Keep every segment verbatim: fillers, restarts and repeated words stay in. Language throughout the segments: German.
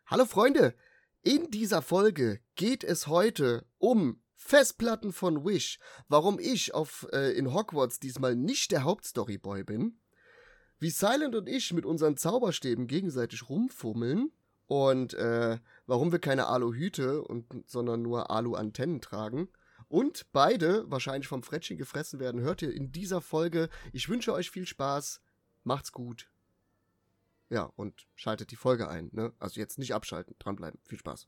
Hallo Freunde, in dieser Folge geht es heute um Festplatten von Wish, warum ich auf, äh, in Hogwarts diesmal nicht der Hauptstoryboy bin, wie Silent und ich mit unseren Zauberstäben gegenseitig rumfummeln und äh, warum wir keine Aluhüte, und, sondern nur Alu-Antennen tragen und beide wahrscheinlich vom Frettchen gefressen werden, hört ihr in dieser Folge. Ich wünsche euch viel Spaß, macht's gut. Ja, und schaltet die Folge ein, ne? Also jetzt nicht abschalten, dranbleiben. Viel Spaß.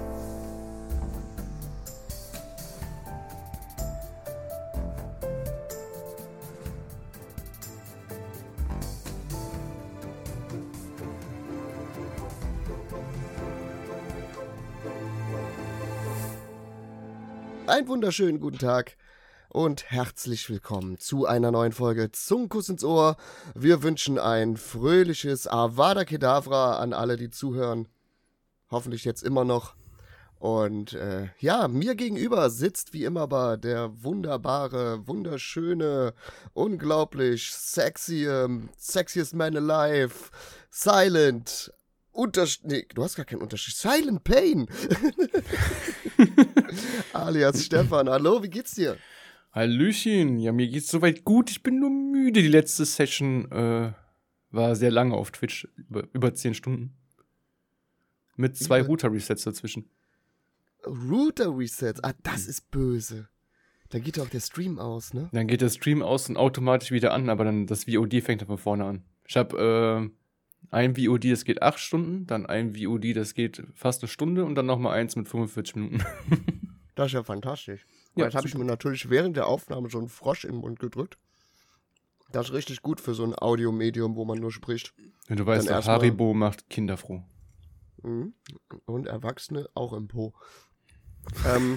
Einen wunderschönen guten Tag und herzlich willkommen zu einer neuen Folge Zungenkuss ins Ohr. Wir wünschen ein fröhliches Avada Kedavra an alle, die zuhören. Hoffentlich jetzt immer noch. Und äh, ja, mir gegenüber sitzt wie immer aber der wunderbare, wunderschöne, unglaublich sexy, ähm, sexiest man alive, Silent, Unterschied, nee, du hast gar keinen Unterschied, Silent Pain, alias Stefan. Hallo, wie geht's dir? Hallöchen, ja, mir geht's soweit gut, ich bin nur müde. Die letzte Session äh, war sehr lange auf Twitch, über, über zehn Stunden. Mit zwei Über- Router-Resets dazwischen. Router-Resets, ah, das ist böse. Da geht ja auch der Stream aus, ne? Dann geht der Stream aus und automatisch wieder an, aber dann das V O D fängt dann von vorne an. Ich hab äh, ein V O D, das geht acht Stunden, dann ein V O D, das geht fast eine Stunde und dann nochmal eins mit fünfundvierzig Minuten. Das ist ja fantastisch. Ja, Jetzt habe ich super. mir natürlich während der Aufnahme so einen Frosch im Mund gedrückt. Das ist richtig gut für so ein Audiomedium, wo man nur spricht. Ja, du weißt Dann doch, erstmal- Haribo macht Kinder froh. Mhm. Und Erwachsene auch im Po. ähm.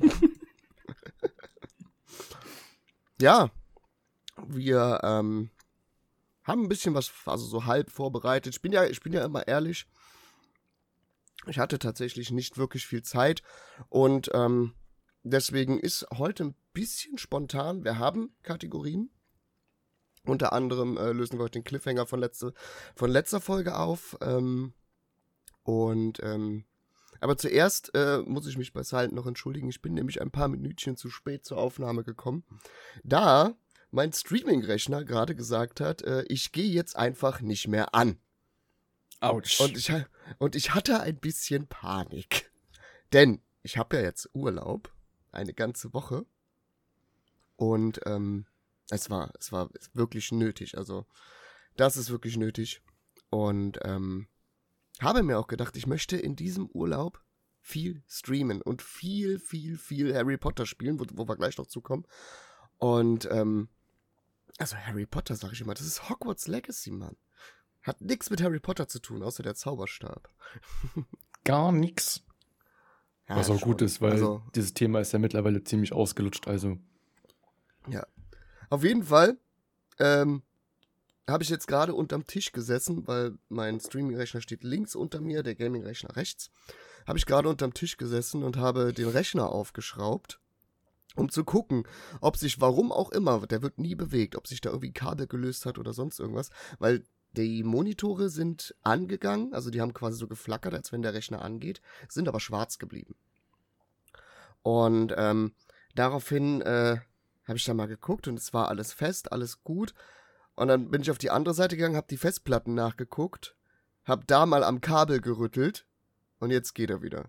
Ja, wir ähm, haben ein bisschen was, also so halb vorbereitet. Ich bin ja, ich bin ja immer ehrlich. Ich hatte tatsächlich nicht wirklich viel Zeit und ähm, deswegen ist heute ein bisschen spontan. Wir haben Kategorien. Unter anderem äh, lösen wir heute den Cliffhanger von, letzte, von letzter Folge auf. Ähm, und ähm, aber zuerst äh, muss ich mich bei Silent noch entschuldigen. Ich bin nämlich ein paar Minütchen zu spät zur Aufnahme gekommen, da mein Streaming-Rechner gerade gesagt hat, äh, ich gehe jetzt einfach nicht mehr an. Autsch. Und ich, ha- und ich hatte ein bisschen Panik. Denn ich habe ja jetzt Urlaub, eine ganze Woche. Und ähm, es war, es war wirklich nötig. Also, das ist wirklich nötig. Und ähm, habe mir auch gedacht, ich möchte in diesem Urlaub viel streamen und viel, viel, viel Harry Potter spielen, wo, wo wir gleich noch zukommen. Und ähm, also Harry Potter, sag ich immer, das ist Hogwarts Legacy, Mann. Hat nichts mit Harry Potter zu tun, außer der Zauberstab. Gar nix. Ja, Was auch schon. gut ist, weil Also, dieses Thema ist ja mittlerweile ziemlich ausgelutscht, also. ja. Auf jeden Fall ähm, habe ich jetzt gerade unterm Tisch gesessen, weil mein Streaming-Rechner steht links unter mir, der Gaming-Rechner rechts. Habe ich gerade unterm Tisch gesessen und habe den Rechner aufgeschraubt, um zu gucken, ob sich, warum auch immer, der wird nie bewegt, ob sich da irgendwie ein Kabel gelöst hat oder sonst irgendwas, weil die Monitore sind angegangen, also die haben quasi so geflackert, als wenn der Rechner angeht, sind aber schwarz geblieben. Und ähm, daraufhin äh, habe ich da mal geguckt und es war alles fest, alles gut. Und dann bin ich auf die andere Seite gegangen, habe die Festplatten nachgeguckt, habe da mal am Kabel gerüttelt und jetzt geht er wieder.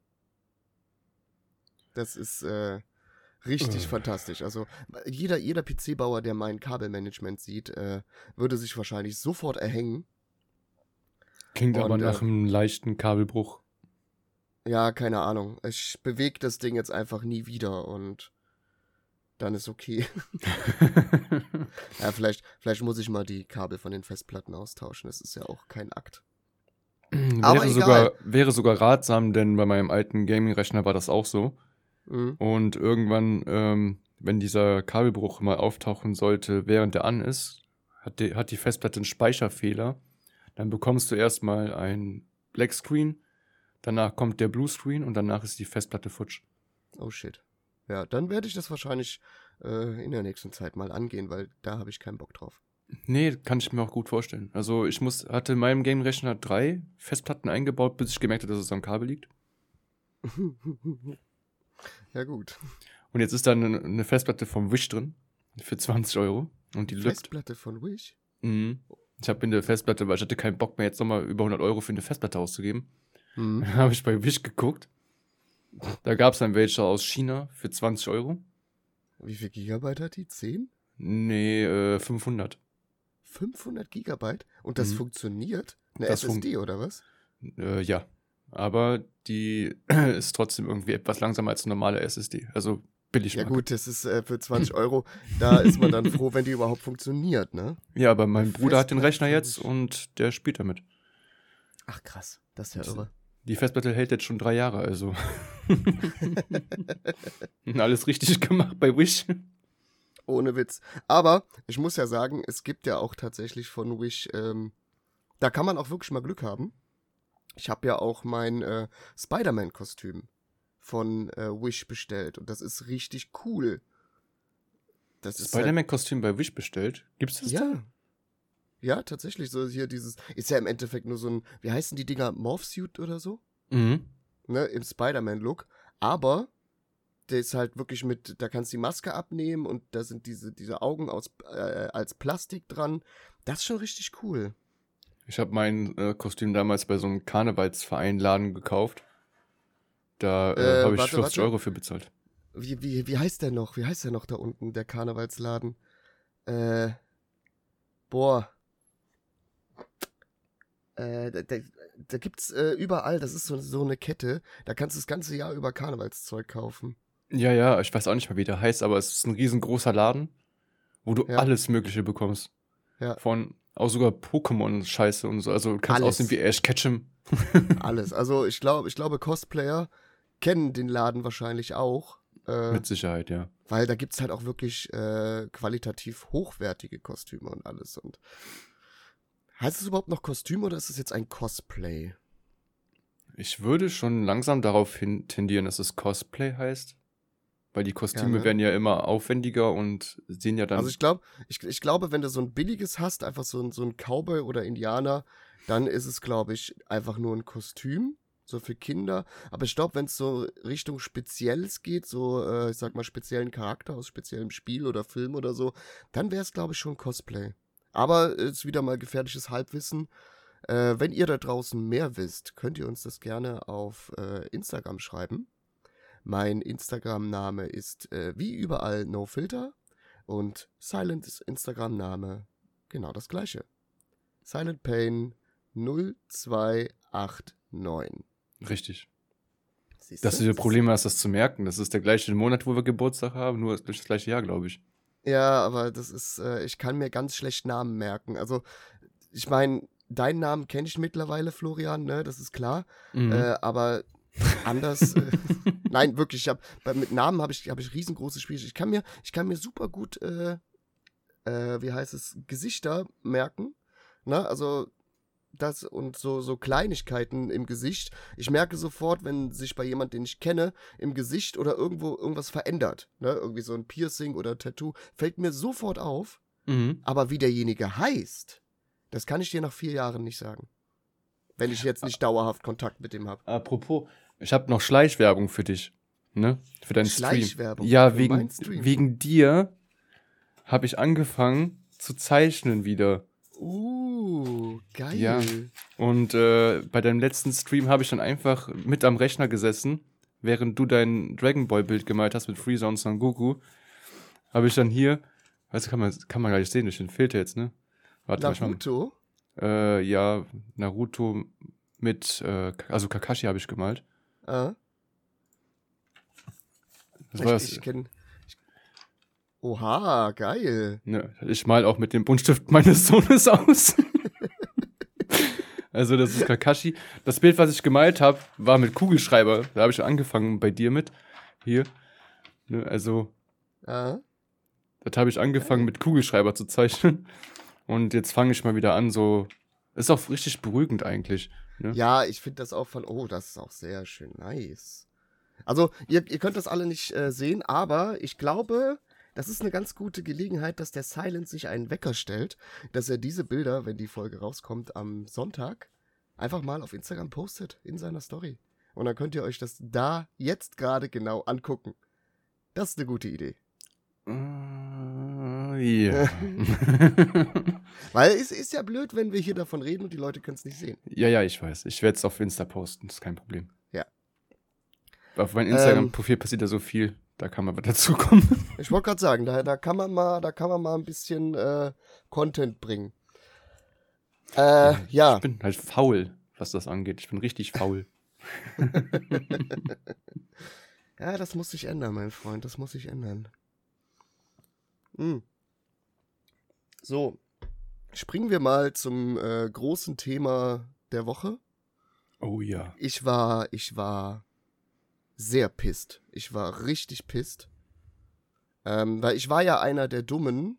Das ist äh, richtig Ugh. fantastisch. Also jeder, jeder P C-Bauer, der mein Kabelmanagement sieht, äh, würde sich wahrscheinlich sofort erhängen. Klingt aber Und, nach äh, einem leichten Kabelbruch. Ja, keine Ahnung. Ich bewege das Ding jetzt einfach nie wieder und dann ist okay. Ja, vielleicht, vielleicht muss ich mal die Kabel von den Festplatten austauschen. Das ist ja auch kein Akt. Aber wäre, egal. sogar, wäre sogar ratsam, denn bei meinem alten Gaming-Rechner war das auch so. Mhm. Und irgendwann, ähm, wenn dieser Kabelbruch mal auftauchen sollte, während der an ist, hat die, hat die Festplatte einen Speicherfehler. Dann bekommst du erstmal ein Black Screen, danach kommt der Blue Screen und danach ist die Festplatte futsch. Oh shit. Ja, dann werde ich das wahrscheinlich äh, in der nächsten Zeit mal angehen, weil da habe ich keinen Bock drauf. Nee, kann ich mir auch gut vorstellen. Also ich muss, hatte in meinem Game-Rechner drei Festplatten eingebaut, bis ich gemerkt habe, dass es am Kabel liegt. Ja, gut. Und jetzt ist da eine, eine Festplatte vom Wish drin für zwanzig Euro. Und die lübt. Festplatte von Wish? Mhm. Ich habe in der Festplatte, weil ich hatte keinen Bock mehr, jetzt nochmal über hundert Euro für eine Festplatte auszugeben. Mhm. Dann habe ich bei Wish geguckt. Da gab es dann welche aus China für zwanzig Euro. Wie viel Gigabyte hat die? zehn? Nee, äh, fünfhundert. fünfhundert Gigabyte? Und das Mhm. funktioniert? Eine Das S S D oder was? Äh, ja. Aber die ist trotzdem irgendwie etwas langsamer als eine normale S S D. Also billig. Ja gut, das ist äh, für zwanzig Euro, da ist man dann froh, wenn die überhaupt funktioniert, ne? Ja, aber mein Bruder hat den Festplatte Rechner von jetzt Wish. und der spielt damit. Ach krass, das ist ja Das- irre. Die Festplatte hält jetzt schon drei Jahre, also. Alles richtig gemacht bei Wish. Ohne Witz. Aber ich muss ja sagen, es gibt ja auch tatsächlich von Wish, ähm, da kann man auch wirklich mal Glück haben. Ich habe ja auch mein äh, Spider-Man-Kostüm von äh, Wish bestellt und das ist richtig cool. Das ist halt, Spider-Man-Kostüm bei Wish bestellt. Gibt's das da? ja. Ja, tatsächlich, so hier dieses, ist ja im Endeffekt nur so ein, wie heißen die Dinger, Morphsuit oder so? Mhm. Ne, im Spider-Man-Look. Aber der ist halt wirklich mit, da kannst du die Maske abnehmen und da sind diese, diese Augen aus, äh, als Plastik dran. Das ist schon richtig cool. Ich habe mein äh, Kostüm damals bei so einem Karnevalsverein-Laden gekauft. Da äh, Äh, habe ich warte, vierzig warte. Euro für bezahlt. Wie, wie, wie heißt der noch? Wie heißt der noch da unten, der Karnevalsladen? Äh, boah. Äh, da, da, da gibt's äh, überall, das ist so, so eine Kette, da kannst du das ganze Jahr über Karnevalszeug kaufen. Ja, ja, ich weiß auch nicht mal, wie der heißt, aber es ist ein riesengroßer Laden, wo du Ja. alles Mögliche bekommst. Ja. Von, auch sogar Pokémon-Scheiße und so. Also du kannst Alles. aussehen wie Ash Ketchum. Alles. Also ich glaube, ich glaube, Cosplayer kennen den Laden wahrscheinlich auch. Äh, Mit Sicherheit, ja. weil da gibt's halt auch wirklich äh, qualitativ hochwertige Kostüme und alles. Und heißt es überhaupt noch Kostüm oder ist es jetzt ein Cosplay? Ich würde schon langsam darauf hin tendieren, dass es Cosplay heißt. Weil die Kostüme Ja, ne? werden ja immer aufwendiger und sehen ja dann. Also ich glaube, ich, ich glaube, wenn du so ein billiges hast, einfach so ein, so ein Cowboy oder Indianer, dann ist es, glaube ich, einfach nur ein Kostüm, so für Kinder. Aber ich glaube, wenn es so Richtung Spezielles geht, so, äh, ich sag mal, speziellen Charakter aus speziellem Spiel oder Film oder so, dann wäre es, glaube ich, schon Cosplay. Aber es ist wieder mal gefährliches Halbwissen. Äh, wenn ihr da draußen mehr wisst, könnt ihr uns das gerne auf äh, Instagram schreiben. Mein Instagram-Name ist äh, wie überall NoFilter und Silent ist Instagram-Name genau das gleiche. SilentPain null zwei acht neun. Richtig. Siehst Dass du dir Probleme hast, das zu merken. Das ist der gleiche Monat, wo wir Geburtstag haben, nur durch das gleiche Jahr, glaube ich. Ja, aber das ist, äh, ich kann mir ganz schlecht Namen merken. Also, ich meine, deinen Namen kenne ich mittlerweile, Florian, ne, das ist klar. Mhm. Äh, aber anders, äh, nein, wirklich, ich hab, bei, mit Namen habe ich, hab ich riesengroße Schwierigkeiten. Ich kann mir, ich kann mir super gut, äh, äh, wie heißt es, Gesichter merken, ne, also das und so, so Kleinigkeiten im Gesicht. Ich merke sofort, wenn sich bei jemand, den ich kenne, im Gesicht oder irgendwo irgendwas verändert, ne, irgendwie so ein Piercing oder Tattoo, fällt mir sofort auf, Mhm. aber wie derjenige heißt, das kann ich dir nach vier Jahren nicht sagen. Wenn ich jetzt nicht dauerhaft Kontakt mit dem habe. Apropos, ich habe noch Schleichwerbung für dich, ne? Für deinen Stream. Schleichwerbung Ja, für wegen, meinen Stream. wegen dir habe ich angefangen zu zeichnen wieder. Uh, geil. Ja. Und äh, bei deinem letzten Stream habe ich dann einfach mit am Rechner gesessen, während du dein Dragon Ball Bild gemalt hast mit Freezer und Son Goku. Habe ich dann hier, weißt du, kann man, kann man gar nicht sehen durch den Filter jetzt, ne? Warte mal, Naruto? Äh, ja, Naruto mit, äh, also Kakashi habe ich gemalt. Äh? Das war Ich, das, ich kenn. Ich, oha, geil. ne, ich mal auch mit dem Buntstift meines Sohnes aus. Also das ist Kakashi. Das Bild, was ich gemalt habe, war mit Kugelschreiber. Da habe ich angefangen bei dir mit. Hier. Ne, also, Äh? das habe ich angefangen mit Kugelschreiber zu zeichnen. Und jetzt fange ich mal wieder an, so. Ist auch richtig beruhigend eigentlich. Ne? Ja, ich finde das auch von. Oh, das ist auch sehr schön nice. Also, ihr, ihr könnt das alle nicht äh, sehen, aber ich glaube, das ist eine ganz gute Gelegenheit, dass der Silent sich einen Wecker stellt, dass er diese Bilder, wenn die Folge rauskommt am Sonntag, einfach mal auf Instagram postet, in seiner Story. Und dann könnt ihr euch das da jetzt gerade genau angucken. Das ist eine gute Idee. Uh, ja. Weil es ist ja blöd, wenn wir hier davon reden und die Leute können es nicht sehen. Ja, ja, ich weiß. Ich werde es auf Insta posten, das ist kein Problem. Ja. Auf meinem Instagram-Profil ähm, passiert da so viel, da kann man dazukommen. Ich wollte gerade sagen, da, da kann man mal, da kann man mal ein bisschen äh, Content bringen. Äh, ja, ja. Ich bin halt faul, was das angeht. Ich bin richtig faul. Ja, das muss sich ändern, mein Freund. Das muss sich ändern. Hm. So, springen wir mal zum äh, großen Thema der Woche. Oh ja. Ich war, ich war sehr pisst. Ich war richtig pisst. Ähm, weil ich war ja einer der Dummen,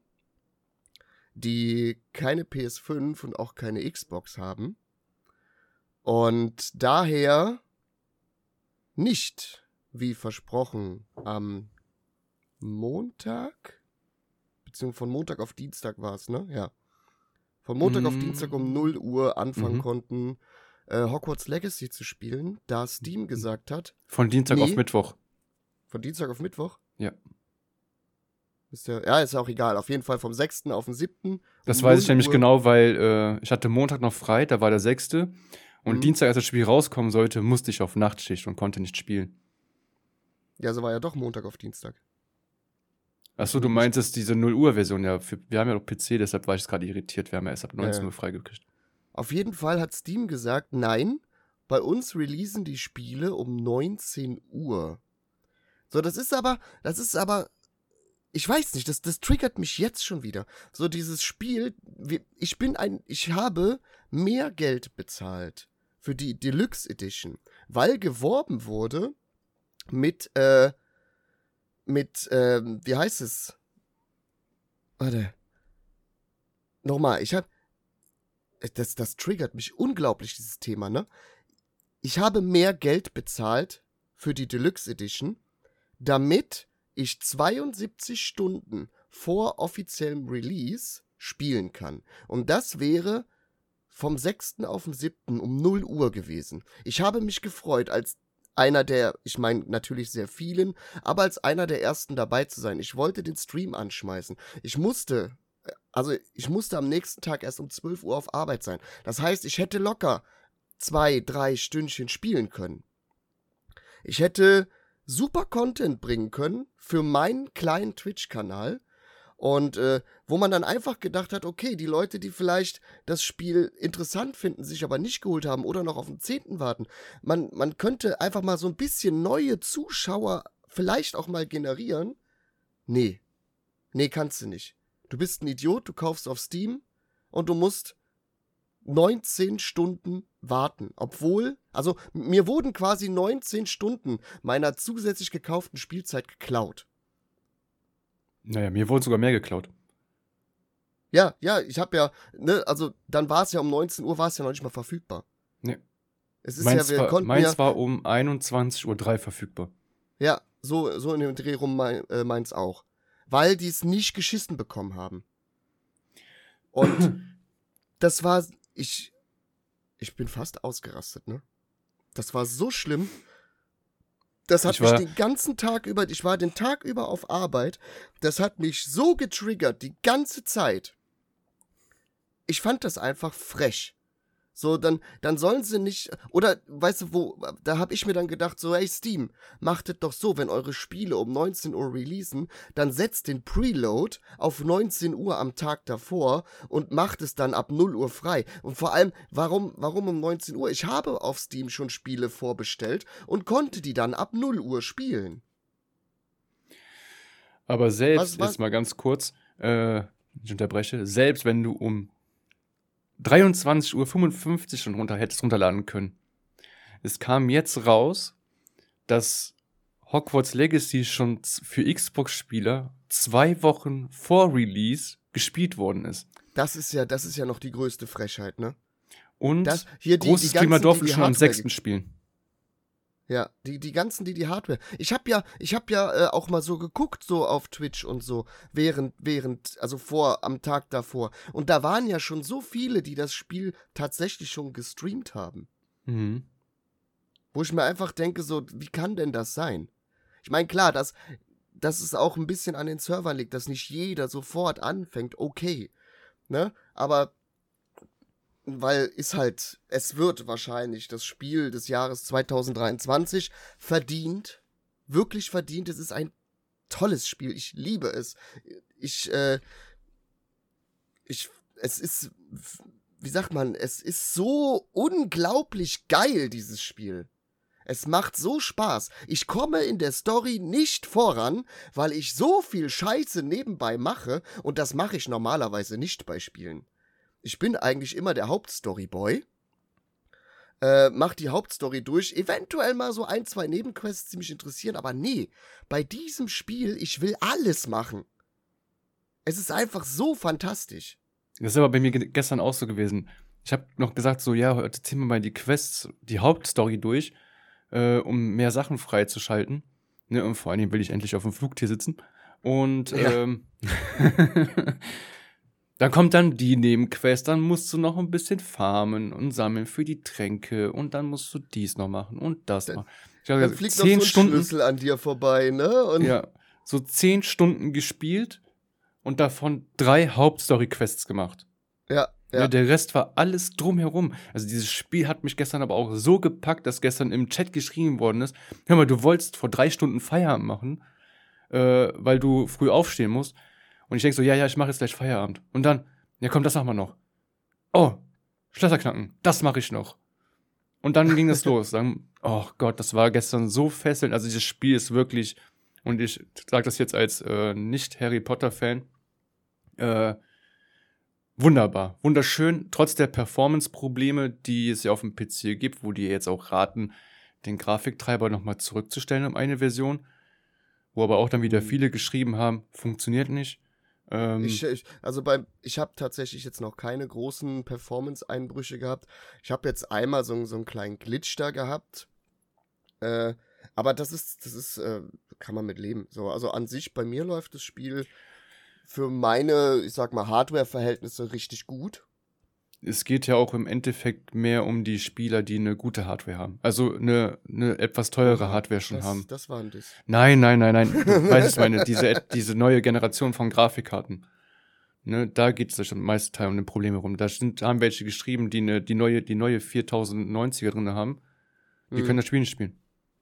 die keine P S fünf und auch keine Xbox haben. Und daher nicht, wie versprochen, am Montag, beziehungsweise von Montag auf Dienstag war es, ne? Ja. Von Montag mm. auf Dienstag um null Uhr anfangen mm-hmm. konnten, äh, Hogwarts Legacy zu spielen, da Steam gesagt hat. Von Dienstag nee, auf Mittwoch. Von Dienstag auf Mittwoch? Ja. Ist ja, ja, ist ja auch egal. Auf jeden Fall vom sechsten auf den siebten Das um weiß ich nämlich Uhr. genau, weil äh, ich hatte Montag noch frei, da war der sechste Und mhm. Dienstag, als das Spiel rauskommen sollte, musste ich auf Nachtschicht und konnte nicht spielen. Ja, so war ja doch Montag auf Dienstag. Achso, du meintest diese null Uhr Version, ja. Für, wir haben ja noch P C, deshalb war ich gerade irritiert. Wir haben ja erst ab neunzehn Uhr ja. freigekriegt. Auf jeden Fall hat Steam gesagt, nein, bei uns releasen die Spiele um neunzehn Uhr. So, das ist aber, das ist aber, ich weiß nicht, das, das triggert mich jetzt schon wieder. So dieses Spiel, ich bin ein, ich habe mehr Geld bezahlt für die Deluxe Edition, weil geworben wurde mit, äh, mit, ähm, wie heißt es? Warte. Nochmal, ich hab, das, das triggert mich unglaublich, dieses Thema, ne? Ich habe mehr Geld bezahlt für die Deluxe Edition, damit ich zweiundsiebzig Stunden vor offiziellem Release spielen kann. Und das wäre vom sechsten auf den siebten um null Uhr gewesen. Ich habe mich gefreut, als einer der, ich meine natürlich sehr vielen, aber als einer der ersten dabei zu sein. Ich wollte den Stream anschmeißen. Ich musste, also ich musste am nächsten Tag erst um zwölf Uhr auf Arbeit sein. Das heißt, ich hätte locker zwei, drei Stündchen spielen können. Ich hätte super Content bringen können für meinen kleinen Twitch-Kanal und äh, wo man dann einfach gedacht hat, okay, die Leute, die vielleicht das Spiel interessant finden, sich aber nicht geholt haben oder noch auf den zehnten warten, man, man könnte einfach mal so ein bisschen neue Zuschauer vielleicht auch mal generieren. Nee, nee, kannst du nicht. Du bist ein Idiot, du kaufst auf Steam und du musst neunzehn Stunden warten, obwohl, also mir wurden quasi neunzehn Stunden meiner zusätzlich gekauften Spielzeit geklaut. Naja, mir wurden sogar mehr geklaut. Ja, ja, ich habe ja, ne, also dann war es ja um neunzehn Uhr, war es ja noch nicht mal verfügbar. Nee. Es ist meins ja, wir war, konnten meins ja, war um einundzwanzig Uhr drei verfügbar. Ja, so, so in dem Dreh rum mein, äh, meins auch. Weil die es nicht geschissen bekommen haben. Und das war, ich, ich bin fast ausgerastet, ne? Das war so schlimm. Das hat Ich mich war- den ganzen Tag über, ich war den Tag über auf Arbeit, das hat mich so getriggert, die ganze Zeit. Ich fand das einfach frech. So, dann, dann sollen sie nicht, oder, weißt du, wo, da hab ich mir dann gedacht, so, hey Steam, macht es doch so, wenn eure Spiele um neunzehn Uhr releasen, dann setzt den Preload auf neunzehn Uhr am Tag davor und macht es dann ab null Uhr frei. Und vor allem, warum, warum um neunzehn Uhr? Ich habe auf Steam schon Spiele vorbestellt und konnte die dann ab null Uhr spielen. Aber selbst, Was- was- jetzt mal ganz kurz, äh, ich unterbreche, selbst wenn du um dreiundzwanzig Uhr fünfundfünfzig schon runter hättest runterladen können. Es kam jetzt raus, dass Hogwarts Legacy schon z- für Xbox-Spieler zwei Wochen vor Release gespielt worden ist. Das ist ja, das ist ja noch die größte Frechheit, ne? Und Das, hier die, große die Streamer ganzen, durften die die schon am Hardware sechsten spielen. Ja, die, die ganzen, die die Hardware. Ich hab ja, ich hab ja äh, auch mal so geguckt, so auf Twitch und so, während, während, also vor, am Tag davor. Und da waren ja schon so viele, die das Spiel tatsächlich schon gestreamt haben. Mhm. Wo ich mir einfach denke, so, wie kann denn das sein? Ich meine, klar, dass, dass es auch ein bisschen an den Servern liegt, dass nicht jeder sofort anfängt, okay. Ne? Aber weil ist halt, es wird wahrscheinlich das Spiel des Jahres zwanzig dreiundzwanzig verdient, wirklich verdient. Es ist ein tolles Spiel, ich liebe es. Ich, äh, ich, es ist, wie sagt man, es ist so unglaublich geil, dieses Spiel. Es macht so Spaß. Ich komme in der Story nicht voran, weil ich so viel Scheiße nebenbei mache und das mache ich normalerweise nicht bei Spielen. Ich bin eigentlich immer der Hauptstoryboy, äh, mach die Hauptstory durch, eventuell mal so ein, zwei Nebenquests, die mich interessieren, aber nee, bei diesem Spiel, ich will alles machen. Es ist einfach so fantastisch. Das ist aber bei mir ge- gestern auch so gewesen. Ich habe noch gesagt, so, ja, heute ziehen wir mal die Quests, die Hauptstory durch, äh, um mehr Sachen freizuschalten. Ne, und vor allen Dingen will ich endlich auf dem Flugtier sitzen. Und Ja. ähm, dann kommt dann die Nebenquest, dann musst du noch ein bisschen farmen und sammeln für die Tränke und dann musst du dies noch machen und das Dann- noch. Ich hab Dann gesagt, fliegt noch so zehn ein Stunden, Schlüssel an dir vorbei, ne? Und ja, so zehn Stunden gespielt und davon drei Hauptstory-Quests gemacht. ja, Ja. ja. Der Rest war alles drumherum. Also dieses Spiel hat mich gestern aber auch so gepackt, dass gestern im Chat geschrieben worden ist, hör mal, du wolltest vor drei Stunden Feierabend machen, äh, weil du früh aufstehen musst. Und ich denke so, ja, ja, ich mache jetzt gleich Feierabend. Und dann, ja komm, das machen wir noch. Oh, Schlösser knacken, das mache ich noch. Und dann ging es los. Dann, oh Gott, das war gestern so fesselnd. Also dieses Spiel ist wirklich, und ich sage das jetzt als äh, Nicht-Harry Potter-Fan, äh, wunderbar, wunderschön, trotz der Performance-Probleme, die es ja auf dem P C gibt, wo die jetzt auch raten, den Grafiktreiber nochmal zurückzustellen um eine Version, wo aber auch dann wieder Mhm. viele geschrieben haben, funktioniert nicht. Ähm, Ich, ich, also beim, ich habe tatsächlich jetzt noch keine großen Performance-Einbrüche gehabt. Ich habe jetzt einmal so, so einen kleinen Glitch da gehabt. Äh, aber das ist, das ist, äh, kann man mit leben. So, also an sich, bei mir läuft das Spiel für meine, ich sag mal, Hardware-Verhältnisse richtig gut. es geht ja auch im Endeffekt mehr um die Spieler, die eine gute Hardware haben. Also eine, eine etwas teure Oha, Hardware schon das, haben. Das war ein Diss. Nein, nein, nein, nein. Du weißt, was ich meine. Diese, diese neue Generation von Grafikkarten. Ne, da geht es am meisten Teil um die Probleme rum. Da sind, haben welche geschrieben, die eine, die neue, die neue viertausendneunziger drin haben. Die Mhm. können das Spiel nicht spielen.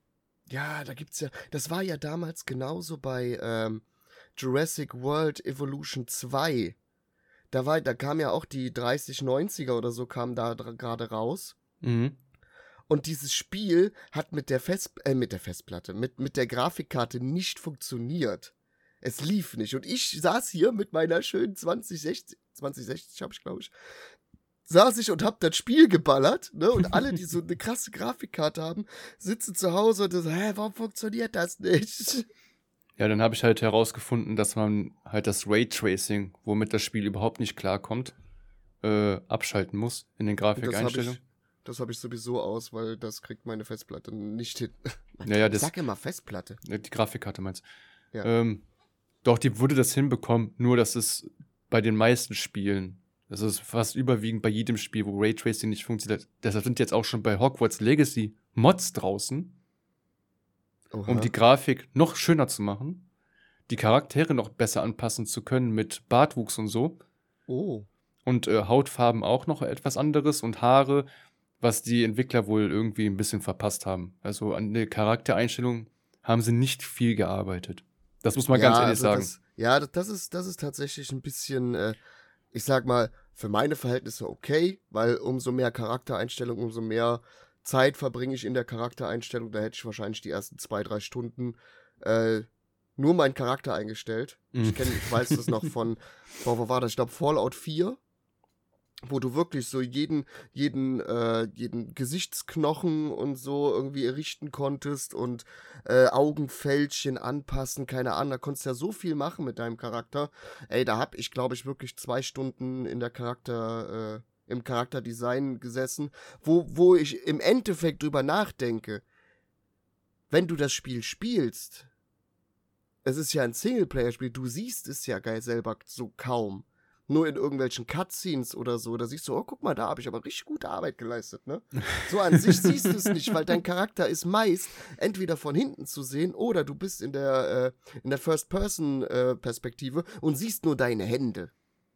Ja, da gibt's ja, das war ja damals genauso bei ähm, Jurassic World Evolution zwei. Da war, da kam ja auch die dreißig neunziger oder so, kam da dra- gerade raus. Mhm. Und dieses Spiel hat mit der Fest, äh, mit der Festplatte, mit, mit der Grafikkarte nicht funktioniert. Es lief nicht. Und ich saß hier mit meiner schönen zwanzig sechzig, zwanzig sechzig habe ich, glaube ich, saß ich und hab das Spiel geballert, ne? Und alle, die so eine krasse Grafikkarte haben, sitzen zu Hause und so, hä, warum funktioniert das nicht? Ja, dann habe ich halt herausgefunden, dass man halt das Raytracing, womit das Spiel überhaupt nicht klarkommt, äh, abschalten muss in den Das habe Grafikeinstellungen. ich, das hab ich sowieso aus, weil das kriegt meine Festplatte nicht hin. Ja, ja, Ich das, sag immer Festplatte. die Grafikkarte meinst du. Ja. Ähm, doch, die würde das hinbekommen, nur dass es bei den meisten Spielen, das ist fast überwiegend bei jedem Spiel, wo Raytracing nicht funktioniert. Deshalb sind jetzt auch schon bei Hogwarts Legacy Mods draußen, Oha. um die Grafik noch schöner zu machen, die Charaktere noch besser anpassen zu können mit Bartwuchs und so. Oh. Und äh, Hautfarben auch noch etwas anderes und Haare, was die Entwickler wohl irgendwie ein bisschen verpasst haben. Also an der Charaktereinstellung haben sie nicht viel gearbeitet. Das muss man Ja, ganz ehrlich also sagen. Das, ja, das- das ist, das ist tatsächlich ein bisschen, äh, ich sag mal, für meine Verhältnisse okay, weil umso mehr Charaktereinstellung, umso mehr Zeit verbringe ich in der Charaktereinstellung. Da hätte ich wahrscheinlich die ersten zwei, drei Stunden äh, nur meinen Charakter eingestellt. Mhm. Ich kenne, ich weiß das noch von, boah, wo war das? Ich glaube Fallout vier, wo du wirklich so jeden, jeden, äh, jeden Gesichtsknochen und so irgendwie errichten konntest und äh, Augenfältchen anpassen, keine Ahnung, da konntest du ja so viel machen mit deinem Charakter. Ey, da hab ich, glaube ich, wirklich zwei Stunden in der Charakter, äh, im Charakterdesign gesessen, wo, wo ich im Endeffekt drüber nachdenke. wenn du das Spiel spielst, es ist ja ein Singleplayer-Spiel, du siehst es ja geil selber so kaum. Nur in irgendwelchen Cutscenes oder so, da siehst du, oh, guck mal, da habe ich aber richtig gute Arbeit geleistet, ne? So an sich siehst du es nicht, weil dein Charakter ist meist entweder von hinten zu sehen oder du bist in der, äh, in der First-Person-Perspektive und siehst nur deine Hände.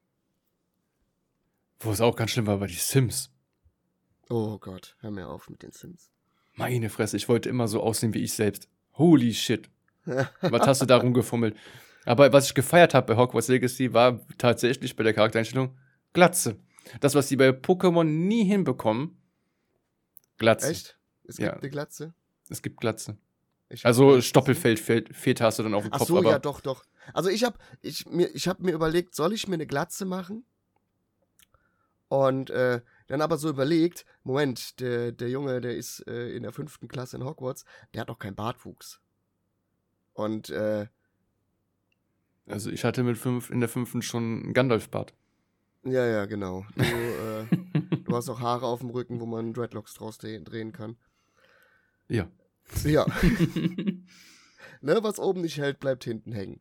Wo es auch ganz schlimm war, war die Sims. Oh Gott, hör mir auf mit den Sims. Meine Fresse, ich wollte immer so aussehen wie ich selbst. Holy shit. Was hast du da rumgefummelt? Aber was ich gefeiert habe bei Hogwarts Legacy, war tatsächlich bei der Charaktereinstellung Glatze. Das, was die bei Pokémon nie hinbekommen, Glatze. Echt? Es gibt Ja. eine Glatze? Es gibt Glatze. Ich hab Also Glatze. Stoppelfeld fehlt, fehlt hast du dann auf dem Ach Kopf. so, aber ja, doch, doch. Also ich habe ich, mir, ich hab mir überlegt, soll ich mir eine Glatze machen? Und äh, dann aber so überlegt, Moment, der, der Junge, der ist äh, in der fünften Klasse in Hogwarts, der hat doch keinen Bartwuchs. Und äh, Also ich hatte mit fünf in der fünften schon einen Gandalf-Bart. ja, ja, genau. Du, äh, du hast auch Haare auf dem Rücken, wo man Dreadlocks draus dreh- drehen kann. Ja. Ja. Ne, was oben nicht hält, bleibt hinten hängen.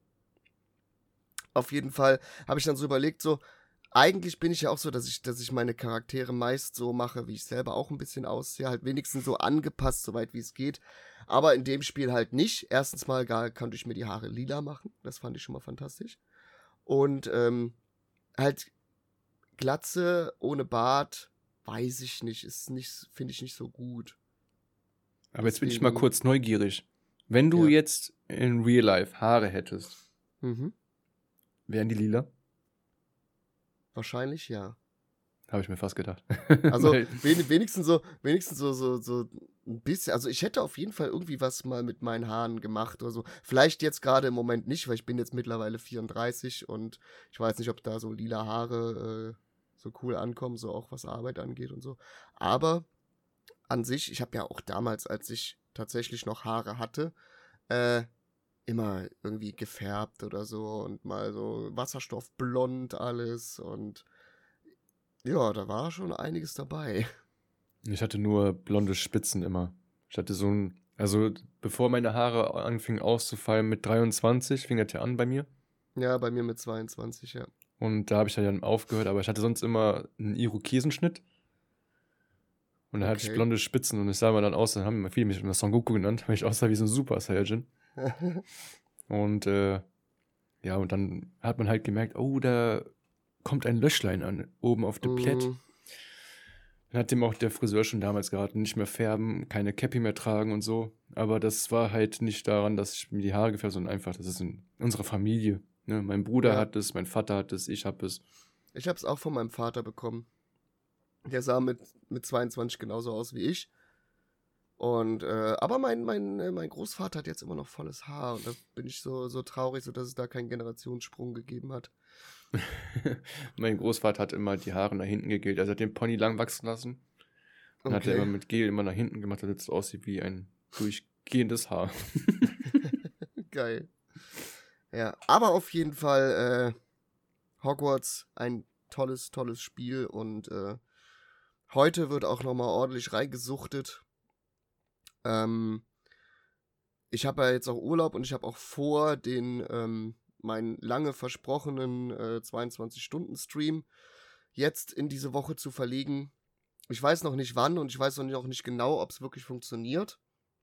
Auf jeden Fall habe ich dann so überlegt, so, eigentlich bin ich ja auch so, dass ich, dass ich meine Charaktere meist so mache, wie ich selber auch ein bisschen aussehe, halt wenigstens so angepasst, soweit wie es geht. Aber in dem Spiel halt nicht. Erstens mal gar, konnte ich mir die Haare lila machen. Das fand ich schon mal fantastisch. Und ähm, halt Glatze ohne Bart, weiß ich nicht, ist nicht, finde ich nicht so gut. Aber jetzt bin ich Deswegen- mal kurz neugierig. Wenn du Ja. jetzt in Real Life Haare hättest, Mhm. wären die lila? Wahrscheinlich ja. Habe ich mir fast gedacht. Also Weil- wen, wenigstens so, wenigstens so, so, so ein bisschen, also ich hätte auf jeden Fall irgendwie was mal mit meinen Haaren gemacht oder so. Vielleicht jetzt gerade im Moment nicht, weil ich bin jetzt mittlerweile vierunddreißig und ich weiß nicht, ob da so lila Haare äh, so cool ankommen, so auch was Arbeit angeht und so. Aber an sich, ich habe ja auch damals, als ich tatsächlich noch Haare hatte, äh, immer irgendwie gefärbt oder so und mal so Wasserstoffblond alles und ja, da war schon einiges dabei. Ich hatte nur blonde Spitzen immer. Ich hatte so ein, also bevor meine Haare anfingen auszufallen mit dreiundzwanzig, fing das ja an bei mir. Ja, bei mir mit zweiundzwanzig, ja. Und da habe ich dann aufgehört, aber ich hatte sonst immer einen Irokesenschnitt. Und dann hatte ich Okay. blonde Spitzen und ich sah mal dann aus, dann haben mir viele mich immer Son Goku genannt, weil ich aussah wie so ein Super Saiyajin. Und äh, ja, und dann hat man halt gemerkt, oh, da kommt ein Löschlein an, oben auf dem Plätt. Mm, Dann hat dem auch der Friseur schon damals geraten, nicht mehr färben, keine Cappy mehr tragen und so. Aber das war halt nicht daran, dass ich mir die Haare gefärbt habe, sondern einfach, das ist in unserer Familie. Ne? Mein Bruder Ja. hat es, mein Vater hat es, ich habe es. Ich hab's auch von meinem Vater bekommen. Der sah mit, mit zweiundzwanzig genauso aus wie ich. Und, äh, aber mein, mein, äh, mein Großvater hat jetzt immer noch volles Haar. Und da bin ich so, so traurig, so dass es da keinen Generationssprung gegeben hat. Mein Großvater hat immer die Haare nach hinten gegelt. Also hat den Pony lang wachsen lassen. Dann hat er Okay. immer mit Gel immer nach hinten gemacht, damit es aussieht wie ein durchgehendes Haar. Geil. Ja, aber auf jeden Fall äh, Hogwarts, ein tolles, tolles Spiel und äh, heute wird auch nochmal ordentlich reingesuchtet. Ähm, ich habe ja jetzt auch Urlaub und ich habe auch vor, den ähm, meinen lange versprochenen äh, zweiundzwanzig-Stunden-Stream jetzt in diese Woche zu verlegen. Ich weiß noch nicht wann und ich weiß noch nicht genau, ob es wirklich funktioniert.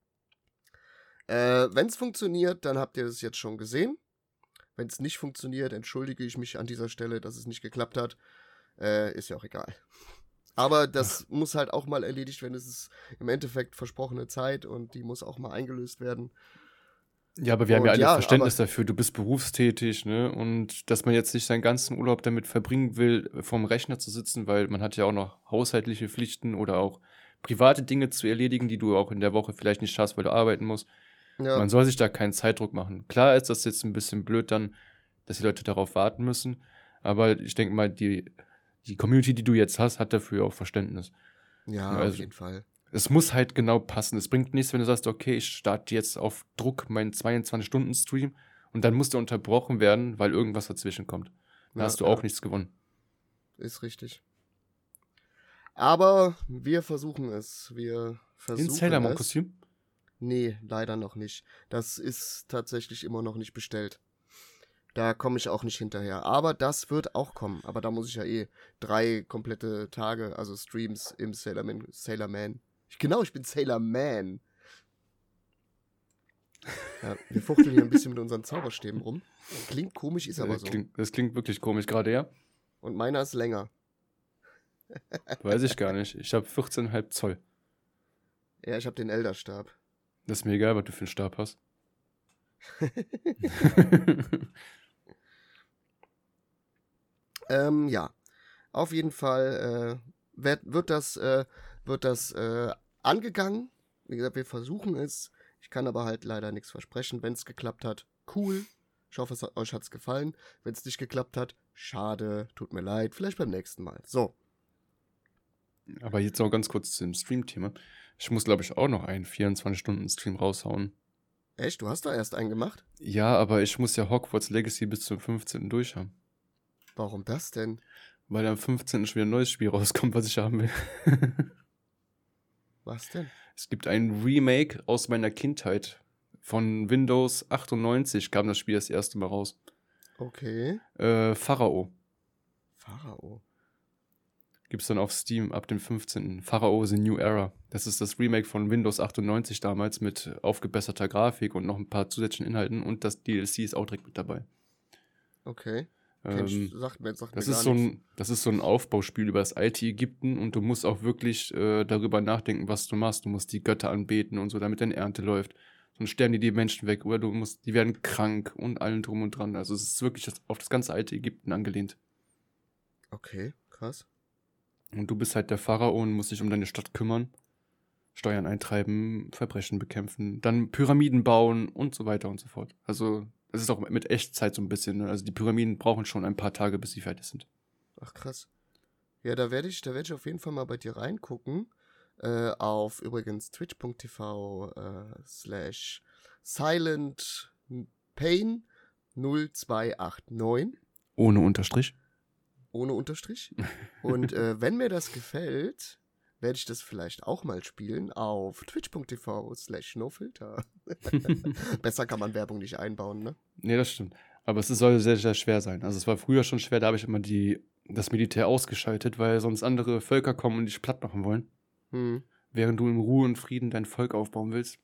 Äh, wenn es funktioniert, dann habt ihr es jetzt schon gesehen. Wenn es nicht funktioniert, entschuldige ich mich an dieser Stelle, dass es nicht geklappt hat. Äh, ist ja auch egal. Aber das muss halt auch mal erledigt werden. Es ist im Endeffekt versprochene Zeit und die muss auch mal eingelöst werden. Ja, aber wir haben Und ja alle ja, Verständnis dafür. Du bist berufstätig, ne? Und dass man jetzt nicht seinen ganzen Urlaub damit verbringen will, vorm Rechner zu sitzen, weil man hat ja auch noch haushaltliche Pflichten oder auch private Dinge zu erledigen, die du auch in der Woche vielleicht nicht schaffst, weil du arbeiten musst. Ja, Man soll sich da keinen Zeitdruck machen. Klar ist das jetzt ein bisschen blöd dann, dass die Leute darauf warten müssen. Aber ich denke mal, die, die Community, die du jetzt hast, hat dafür auch Verständnis. ja, also- auf jeden Fall. Es muss halt genau passen. Es bringt nichts, wenn du sagst, okay, ich starte jetzt auf Druck meinen zweiundzwanzig-Stunden-Stream und dann muss der unterbrochen werden, weil irgendwas dazwischen kommt. Da Ja, hast du ja. auch nichts gewonnen. Ist richtig. Aber wir versuchen es. Wir In versuchen Sailor es. Moon-Kostüm? Nee, leider noch nicht. Das ist tatsächlich immer noch nicht bestellt. Da komme ich auch nicht hinterher. Aber das wird auch kommen. Aber da muss ich ja eh drei komplette Tage, also Streams im Sailor Man. Sailor Man. Ich, genau, ich bin Sailor Man. Ja, wir fuchteln hier ein bisschen mit unseren Zauberstäben rum. Klingt komisch, ist aber Äh, so. klingt, das klingt wirklich komisch gerade, ja? Und meiner ist länger. Weiß ich gar nicht. Ich habe vierzehn Komma fünf Zoll. Ja, ich habe den Elderstab. Das ist mir egal, was du für einen Stab hast. ähm, ja. Auf jeden Fall äh, wird, wird das, äh, wird das äh, angegangen. Wie gesagt, wir versuchen es. Ich kann aber halt leider nichts versprechen. Wenn es geklappt hat, cool. Ich hoffe, es hat, euch hat es gefallen. Wenn es nicht geklappt hat, schade. Tut mir leid. Vielleicht beim nächsten Mal. So. Aber jetzt noch ganz kurz zum Stream-Thema. Ich muss, glaube ich, auch noch einen vierundzwanzig-Stunden-Stream raushauen. Echt? Du hast da erst einen gemacht? Ja, aber ich muss ja Hogwarts Legacy bis zum fünfzehnten durchhaben. Warum das denn? Weil am fünfzehnten schon wieder ein neues Spiel rauskommt, was ich haben will. Was denn? Es gibt ein Remake aus meiner Kindheit. Von Windows achtundneunzig kam das Spiel das erste Mal raus. Okay. Äh, Pharao. Pharao. Gibt's dann auf Steam ab dem fünfzehnten Pharao The New Era. Das ist das Remake von Windows achtundneunzig damals mit aufgebesserter Grafik und noch ein paar zusätzlichen Inhalten und das D L C ist auch direkt mit dabei. Okay. Ähm, Kenn ich, sagt mir, sagt das, mir ist gar so nichts. ein, das ist so ein Aufbauspiel über das alte Ägypten und du musst auch wirklich äh, darüber nachdenken, was du machst. Du musst die Götter anbeten und so, damit deine Ernte läuft. Sonst sterben die die Menschen weg oder du musst, die werden krank und allen drum und dran. Also es ist wirklich das, auf das ganze alte Ägypten angelehnt. Okay, krass. Und du bist halt der Pharao und musst dich um deine Stadt kümmern, Steuern eintreiben, Verbrechen bekämpfen, dann Pyramiden bauen und so weiter und so fort. Also es ist auch mit Echtzeit so ein bisschen. Ne? Also die Pyramiden brauchen schon ein paar Tage, bis sie fertig sind. Ach, krass. Ja, da werde ich, da werde ich auf jeden Fall mal bei dir reingucken. Äh, auf übrigens twitch.tv äh, slash silent pain null zwei acht neun. Ohne Unterstrich. Ohne Unterstrich. Und äh, wenn mir das gefällt, werde ich das vielleicht auch mal spielen auf twitch.tv slash nofilter. Besser kann man Werbung nicht einbauen, ne? Nee, das stimmt. Aber es soll sehr, sehr schwer sein. Also es war früher schon schwer, da habe ich immer die, das Militär ausgeschaltet, weil sonst andere Völker kommen und dich platt machen wollen. Hm. Während du in Ruhe und Frieden dein Volk aufbauen willst.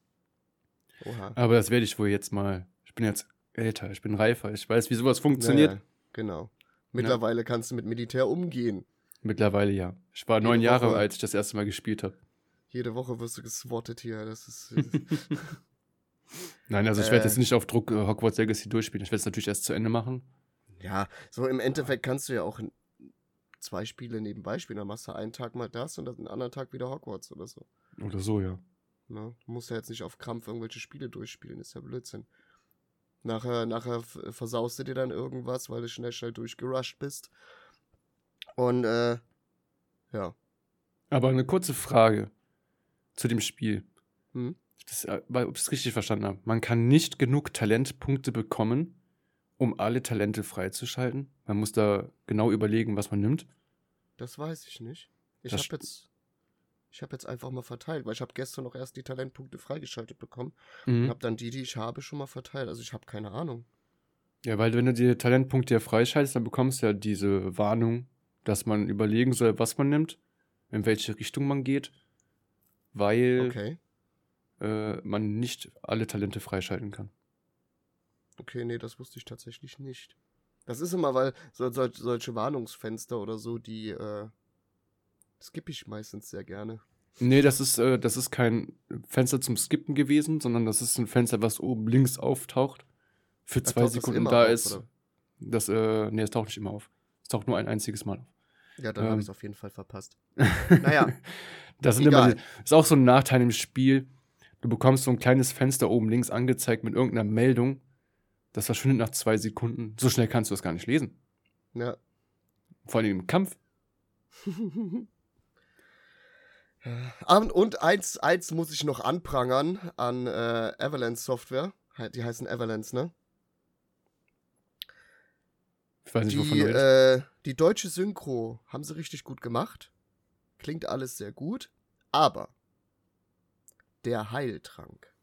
Oha. Aber das werde ich wohl jetzt mal. Ich bin jetzt älter, ich bin reifer, ich weiß, wie sowas funktioniert. Ja, genau. Mittlerweile ja. kannst du mit Militär umgehen. Mittlerweile ja. Ich war Jede neun Jahre, Woche. als ich das erste Mal gespielt habe. Jede Woche wirst du geswattet hier. Das ist. Nein, also ich Äh. werde jetzt nicht auf Druck äh, Hogwarts Legacy durchspielen. Ich werde es natürlich erst zu Ende machen. Ja, so im Endeffekt kannst du ja auch zwei Spiele nebenbei spielen. Dann machst du einen Tag mal das und dann einen anderen Tag wieder Hogwarts oder so. Oder so, ja. Ne? Du musst ja jetzt nicht auf Krampf irgendwelche Spiele durchspielen. Ist ja Blödsinn. Nachher, nachher versaust du dir dann irgendwas, weil du schnell, schnell durchgerusht bist. Und, äh, ja. Aber eine kurze Frage zu dem Spiel. Hm? Das, äh, ob ich es richtig verstanden habe. Man kann nicht genug Talentpunkte bekommen, um alle Talente freizuschalten. Man muss da genau überlegen, was man nimmt. Das weiß ich nicht. Ich Das habe jetzt, ich habe jetzt einfach mal verteilt, weil ich habe gestern noch erst die Talentpunkte freigeschaltet bekommen Mhm. und habe dann die, die ich habe, schon mal verteilt. Also ich habe keine Ahnung. Ja, weil wenn du die Talentpunkte ja freischaltest, dann bekommst du ja diese Warnung, dass man überlegen soll, was man nimmt, in welche Richtung man geht, weil Okay. äh, man nicht alle Talente freischalten kann. Okay, nee, das wusste ich tatsächlich nicht. Das ist immer, weil so, so, solche Warnungsfenster oder so, die äh, skippe ich meistens sehr gerne. Nee, das ist, äh, das ist kein Fenster zum Skippen gewesen, sondern das ist ein Fenster, was oben links auftaucht. Für Ach, zwei taucht das Sekunden immer da auf, ist. oder? Das, äh, nee, es taucht nicht immer auf. Es taucht nur ein einziges Mal auf. Ja, dann Ähm. habe ich es auf jeden Fall verpasst. Naja, Das sind egal. immer, ist auch so ein Nachteil im Spiel. Du bekommst so ein kleines Fenster oben links angezeigt mit irgendeiner Meldung. Das verschwindet nach zwei Sekunden. So schnell kannst du das gar nicht lesen. Ja. Vor allem im Kampf. Und, und eins, eins muss ich noch anprangern an äh, Avalanche Software. Die heißen Avalanche, ne? Ich weiß nicht, wovon Die, du redest. äh, die deutsche Synchro haben sie richtig gut gemacht. Klingt alles sehr gut. Aber der Heiltrank?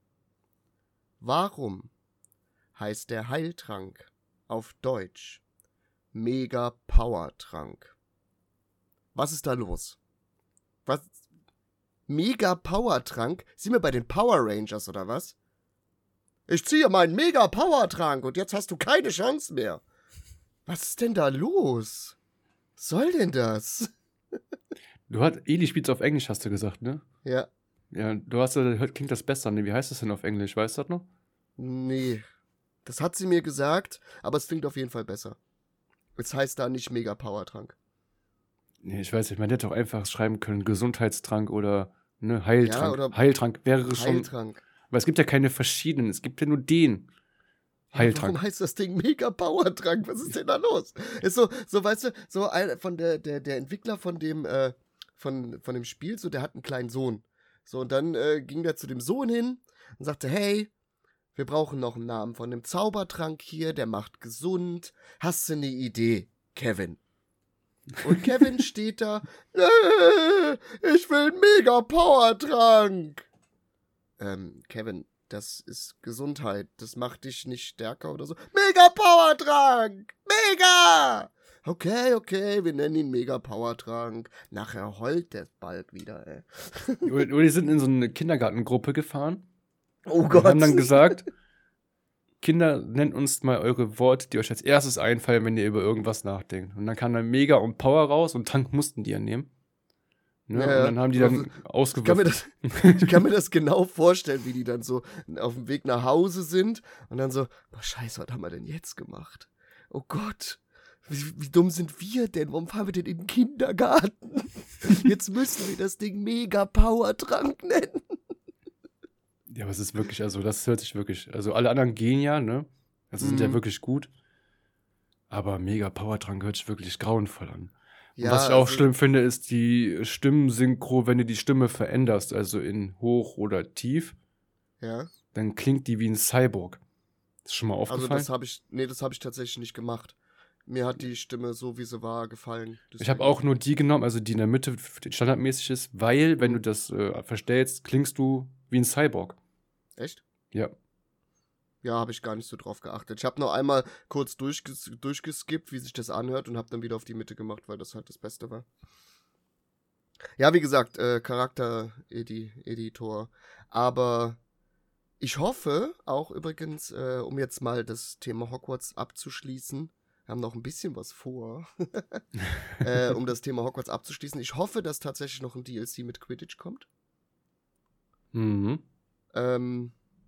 Warum heißt der Heiltrank auf Deutsch Mega Power Trank? Was ist da los? Was? Mega Power Trank? Sind wir bei den Power Rangers oder was? Ich ziehe meinen Mega Power Trank und jetzt hast du keine Chance mehr. Was ist denn da los? Was soll denn das? Du hast, Eli spielt's auf Englisch, hast du gesagt, ne? Ja. Ja, du hast, hört, klingt das besser, ne? Wie heißt das denn auf Englisch? Weißt du das noch? Nee. Das hat sie mir gesagt, aber es klingt auf jeden Fall besser. Es heißt da nicht Mega Power Trank. Nee, ich weiß nicht, man hätte auch einfach schreiben können, Gesundheitstrank oder ne, Heiltrank. Ja, oder Heiltrank wäre schon. Heiltrank. Aber es gibt ja keine verschiedenen, es gibt ja nur den Ja, Heiltrank. warum heißt das Ding Mega Power Trank? Was ist denn da los? Ist so, so weißt du, so ein, von der, der, der Entwickler von dem, äh, von, von dem Spiel, so, der hat einen kleinen Sohn. So, und dann äh, ging der zu dem Sohn hin und sagte, hey, wir brauchen noch einen Namen von dem Zaubertrank hier, der macht gesund. Hast du eine Idee, Kevin? Und Kevin steht da, äh, ich will einen Mega Power Trank. Ähm, Kevin, das ist Gesundheit, das macht dich nicht stärker oder so. Mega Power Trank! Mega! Okay, okay, wir nennen ihn Mega Power Trank. Nachher heult der bald wieder, ey. Oder die sind in so eine Kindergartengruppe gefahren. Oh Und Gott. haben dann gesagt, Kinder, nennt uns mal eure Worte, die euch als erstes einfallen, wenn ihr über irgendwas nachdenkt. Und dann kam dann Mega und Power raus und Tank mussten die ja nehmen. Ne? Ja, und dann haben die dann ich kann, mir ausgewürfelt. das, ich kann mir das genau vorstellen, wie die dann so auf dem Weg nach Hause sind und dann so, boah, scheiße, was haben wir denn jetzt gemacht? Oh Gott, wie, wie dumm sind wir denn? Warum fahren wir denn in den Kindergarten? Jetzt müssen wir das Ding Mega Power Trank nennen. Ja, aber es ist wirklich, also das hört sich wirklich, also alle anderen gehen ja, ne? Also sind ja Mhm. wirklich gut. Aber Mega Powertrank hört sich wirklich grauenvoll an. Und Ja, was ich auch also- schlimm finde, ist die Stimmensynchro, wenn du die Stimme veränderst, also in hoch oder tief, Ja, dann klingt die wie ein Cyborg. Ist schon mal also aufgefallen? das habe ich, nee, das habe ich tatsächlich nicht gemacht. Mir hat die Stimme so, wie sie war, gefallen. Ich habe auch nur die genommen, also die in der Mitte standardmäßig ist, weil, wenn du das äh, verstellst, klingst du wie ein Cyborg. Echt? Ja. Ja, habe ich gar nicht so drauf geachtet. Ich habe noch einmal kurz durchges durchgeskippt, wie sich das anhört und habe dann wieder auf die Mitte gemacht, weil das halt das Beste war. Ja, wie gesagt, äh, Charakter-Editor. Aber ich hoffe auch übrigens, äh, um jetzt mal das Thema Hogwarts abzuschließen, wir haben noch ein bisschen was vor, äh, um das Thema Hogwarts abzuschließen. Ich hoffe, dass tatsächlich noch ein D L C mit Quidditch kommt. Mhm. Ähm,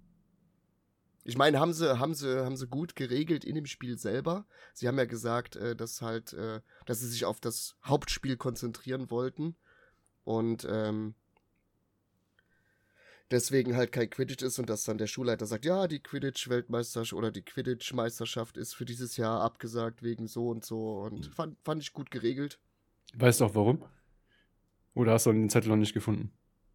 ich meine, haben sie, haben sie, haben sie gut geregelt in dem Spiel selber. Sie haben ja gesagt, äh, dass halt, äh, dass sie sich auf das Hauptspiel konzentrieren wollten und ähm, deswegen halt kein Quidditch ist und dass dann der Schulleiter sagt, ja, die Quidditch-Weltmeisterschaft oder die Quidditch-Meisterschaft ist für dieses Jahr abgesagt wegen so und so und fand, fand ich gut geregelt. Weißt du auch warum? Oder hast du den Zettel noch nicht gefunden?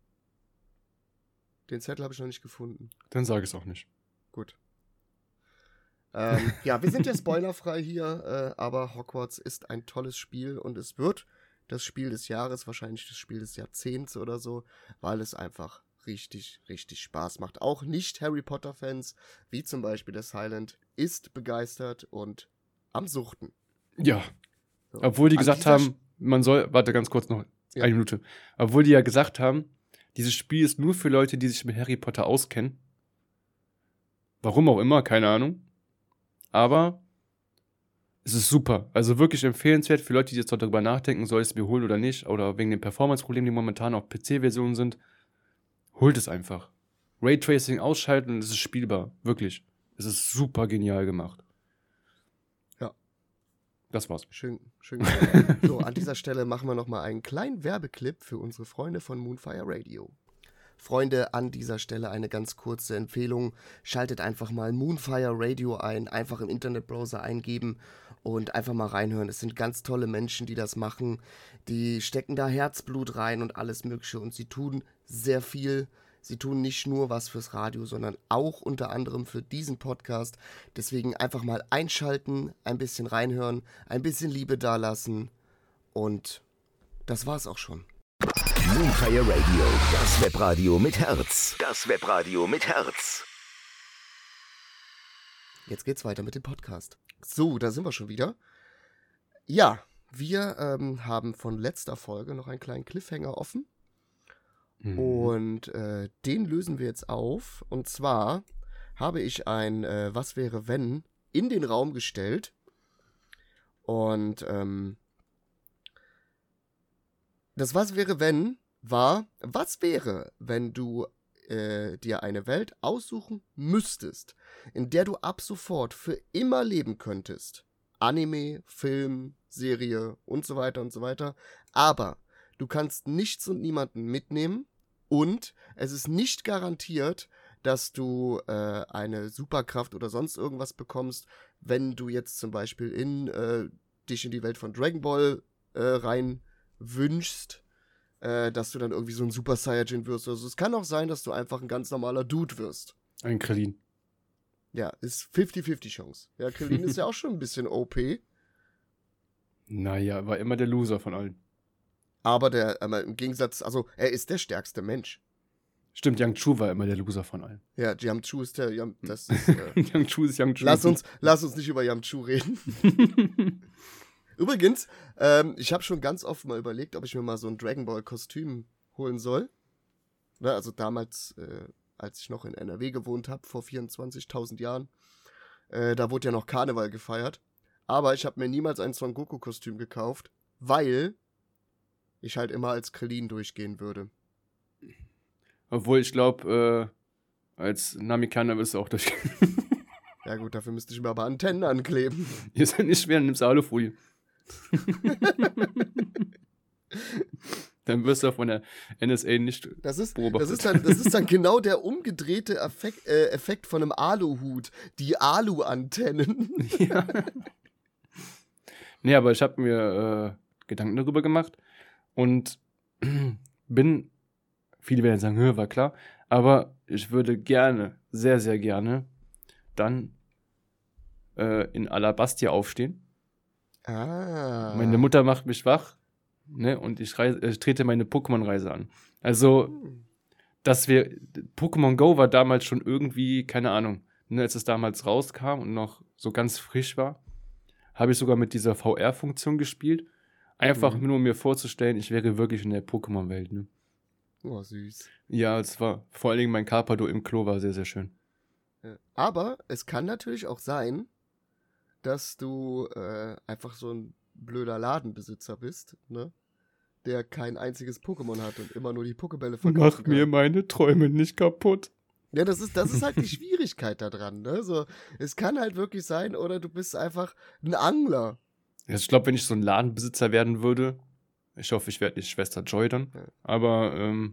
Den Zettel habe ich noch nicht gefunden. Dann sage ich es auch nicht. Gut. Ähm, ja, wir sind ja spoilerfrei hier, äh, aber Hogwarts ist ein tolles Spiel und es wird das Spiel des Jahres, wahrscheinlich das Spiel des Jahrzehnts oder so, weil es einfach richtig, richtig Spaß macht. Auch Nicht-Harry Potter-Fans, wie zum Beispiel der Silent, ist begeistert und am Suchten. Ja. So. Obwohl die An gesagt dieser haben, man soll, warte ganz kurz noch, Ja. eine Minute. Obwohl die ja gesagt haben, dieses Spiel ist nur für Leute, die sich mit Harry Potter auskennen. Warum auch immer, keine Ahnung. Aber es ist super. Also wirklich empfehlenswert für Leute, die jetzt darüber nachdenken, soll ich es mir holen oder nicht. Oder wegen den Performance-Problemen, die momentan auf P C-Versionen sind. Holt es einfach. Raytracing ausschalten und es ist spielbar. Wirklich. Es ist super genial gemacht. Ja. Das war's. Schön, schön gesagt. So, an dieser Stelle machen wir nochmal einen kleinen Werbeclip für unsere Freunde von Moonfire Radio. Freunde, an dieser Stelle eine ganz kurze Empfehlung. Schaltet einfach mal Moonfire Radio ein, einfach im Internetbrowser eingeben und einfach mal reinhören. Es sind ganz tolle Menschen, die das machen. Die stecken da Herzblut rein und alles Mögliche und sie tun sehr viel. Sie tun nicht nur was fürs Radio, sondern auch unter anderem für diesen Podcast. Deswegen einfach mal einschalten, ein bisschen reinhören, ein bisschen Liebe dalassen und das war's auch schon. Moonfire Radio, das Webradio mit Herz. Das Webradio mit Herz. Jetzt geht's weiter mit dem Podcast. So, da sind wir schon wieder. Ja, wir ähm, haben von letzter Folge noch einen kleinen Cliffhanger offen. Mhm. Und äh, den lösen wir jetzt auf. Und zwar habe ich ein äh, Was wäre wenn in den Raum gestellt. Und ähm, das Was wäre wenn war, was wäre, wenn du äh, dir eine Welt aussuchen müsstest, in der du ab sofort für immer leben könntest. Anime, Film, Serie und so weiter und so weiter. Aber du kannst nichts und niemanden mitnehmen und es ist nicht garantiert, dass du äh, eine Superkraft oder sonst irgendwas bekommst, wenn du jetzt zum Beispiel in äh, dich in die Welt von Dragon Ball äh, rein wünschst, äh, dass du dann irgendwie so ein Super Saiyajin wirst. Also es kann auch sein, dass du einfach ein ganz normaler Dude wirst. Ein Krillin. Ja, ist fünfzig fünfzig Chance. Ja, Krillin ist ja auch schon ein bisschen O P. Naja, war immer der Loser von allen. Aber der, aber im Gegensatz, also er ist der stärkste Mensch. Stimmt, Yang Chu war immer der Loser von allen. Ja, Yang Chu ist der, Yang, das ist, äh, Yang Chu ist Yang Chu. Lass uns, lass uns nicht über Yang Chu reden. Übrigens, ähm, ich habe schon ganz oft mal überlegt, ob ich mir mal so ein Dragon Ball Kostüm holen soll. Ne, also damals, äh, als ich noch in N R W gewohnt habe, vor vierundzwanzigtausend Jahren, äh, da wurde ja noch Karneval gefeiert. Aber ich habe mir niemals ein Son Goku Kostüm gekauft, weil ich halt immer als Krillin durchgehen würde. Obwohl, ich glaube, äh, als Namikaner wirst du auch durchgehen. Ja gut, dafür müsste ich mir aber Antennen ankleben. Hier ist ja nicht schwer, dann nimmst du Alufolie. Dann wirst du von der N S A nicht das ist, beobachtet. Das ist, dann, das ist dann genau der umgedrehte Effekt, äh, Effekt von einem Aluhut. Die Alu-Antennen. Ja. Nee, aber ich habe mir äh, Gedanken darüber gemacht und bin, viele werden sagen, hör, war klar, aber ich würde gerne, sehr, sehr gerne dann äh, in Alabastia aufstehen. Ah. Meine Mutter macht mich wach, ne, und ich, reise, ich trete meine Pokémon-Reise an. Also, hm. dass wir, Pokémon Go war damals schon irgendwie, keine Ahnung, ne, als es damals rauskam und noch so ganz frisch war, habe ich sogar mit dieser V R-Funktion gespielt. Einfach mhm. nur um mir vorzustellen, ich wäre wirklich in der Pokémon-Welt, ne. Oh, süß. Ja, es war, vor allen Dingen mein Carpador im Klo war sehr, sehr schön. Ja. Aber es kann natürlich auch sein, dass du äh, einfach so ein blöder Ladenbesitzer bist, ne? Der kein einziges Pokémon hat und immer nur die Pokébälle verkaufen Mach kann. Mir meine Träume nicht kaputt. Ja, das ist, das ist halt die Schwierigkeit da dran, ne? So, es kann halt wirklich sein, oder du bist einfach ein Angler. Ja, ich glaube, wenn ich so ein Ladenbesitzer werden würde, ich hoffe, ich werde nicht Schwester Joy dann, ja. aber ähm,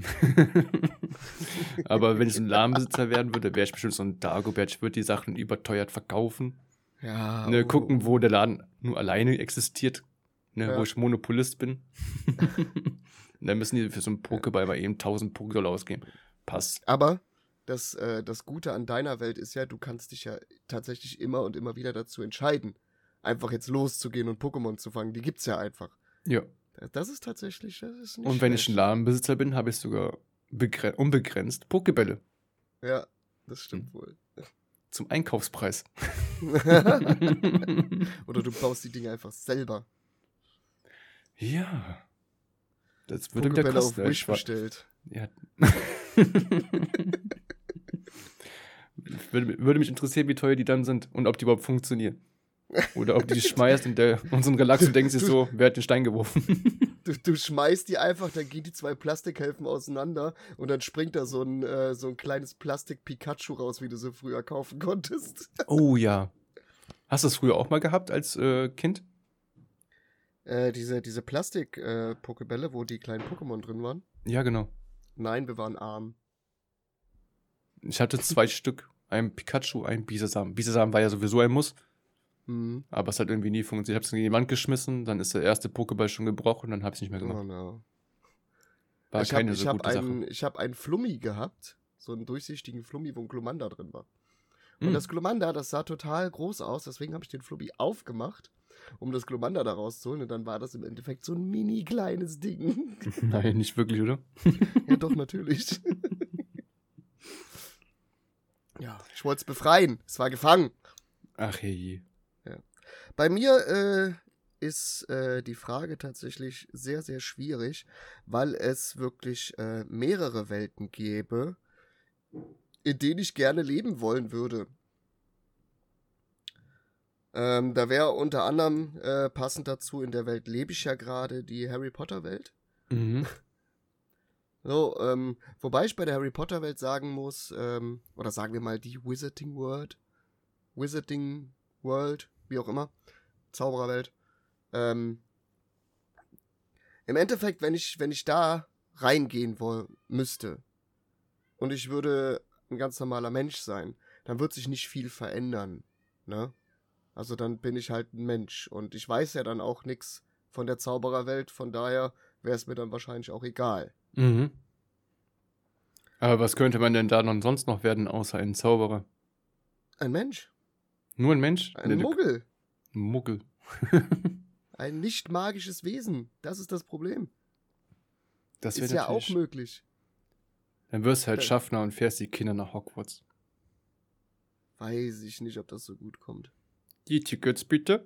aber wenn ich so ein Ladenbesitzer werden würde, wäre ich bestimmt so ein Dagobert. Ich würde die Sachen überteuert verkaufen. Ja. Ne, oh. Gucken, wo der Laden nur alleine existiert, ne, ja. wo ich Monopolist bin. Dann müssen die für so einen Pokéball bei eben tausend Pokéball ausgeben. Passt. Aber das, äh, das Gute an deiner Welt ist ja, du kannst dich ja tatsächlich immer und immer wieder dazu entscheiden, einfach jetzt loszugehen und Pokémon zu fangen. Die gibt's ja einfach. Ja. Das ist tatsächlich, das ist nicht Und wenn schlecht. ich ein Ladenbesitzer bin, habe ich sogar begren- unbegrenzt Pokébälle. Ja, das stimmt hm. wohl. Zum Einkaufspreis. Oder du baust die Dinge einfach selber. Ja. Das würde wieder Pokébälle kosten. auf Wish bestellt. Ja. würde, würde mich interessieren, wie teuer die dann sind und ob die überhaupt funktionieren. Oder ob du die schmeißt und, der, und so ein Relax und denkst dir so, wer hat den Stein geworfen? Du, du schmeißt die einfach, dann gehen die zwei Plastikhälften auseinander und dann springt da so ein, äh, so ein kleines Plastik-Pikachu raus, wie du sie früher kaufen konntest. Oh ja. Hast du das früher auch mal gehabt als äh, Kind? Äh, diese diese Plastik-Pokebälle, äh, wo die kleinen Pokémon drin waren? Ja, genau. Nein, wir waren arm. Ich hatte zwei Stück. Ein Pikachu, ein Bisasam. Bisasam war ja sowieso ein Muss. Mhm. Aber es hat irgendwie nie funktioniert. Ich habe es in die Wand geschmissen, dann ist der erste Pokéball schon gebrochen und dann habe ich es nicht mehr gemacht. Oh no. War ich keine hab, so ich gute hab Sache. Ein, ich habe einen Flummi gehabt, so einen durchsichtigen Flummi, wo ein Glumanda drin war. Und Mm. das Glumanda, das sah total groß aus, deswegen habe ich den Flubbi aufgemacht, um das Glumanda da rauszuholen. Und dann war das im Endeffekt so ein mini kleines Ding. Nein, nicht wirklich, oder? Ja, doch, natürlich. Ja, ich wollte es befreien. Es war gefangen. Ach je. Bei mir äh, ist äh, die Frage tatsächlich sehr, sehr schwierig, weil es wirklich äh, mehrere Welten gäbe, in denen ich gerne leben wollen würde. Ähm, da wäre unter anderem äh, passend dazu, in der Welt lebe ich ja gerade, die Harry Potter Welt. Mhm. So, ähm, wobei ich bei der Harry Potter Welt sagen muss, ähm, oder sagen wir mal die Wizarding World, Wizarding World, wie auch immer, Zaubererwelt. Ähm, Im Endeffekt, wenn ich, wenn ich da reingehen woll- müsste und ich würde ein ganz normaler Mensch sein, dann wird sich nicht viel verändern, ne? Also dann bin ich halt ein Mensch und ich weiß ja dann auch nichts von der Zaubererwelt, von daher wäre es mir dann wahrscheinlich auch egal. Mhm. Aber was könnte man denn da noch sonst noch werden, außer ein Zauberer? Ein Mensch, Nur ein Mensch? ein Nee, du- Muggel, Ein Muggel. ein nicht magisches Wesen, das ist das Problem. Das Ist wäre ja auch natürlich. möglich. Dann wirst du halt Dann- Schaffner und fährst die Kinder nach Hogwarts. Weiß ich nicht, ob das so gut kommt. Die Tickets bitte.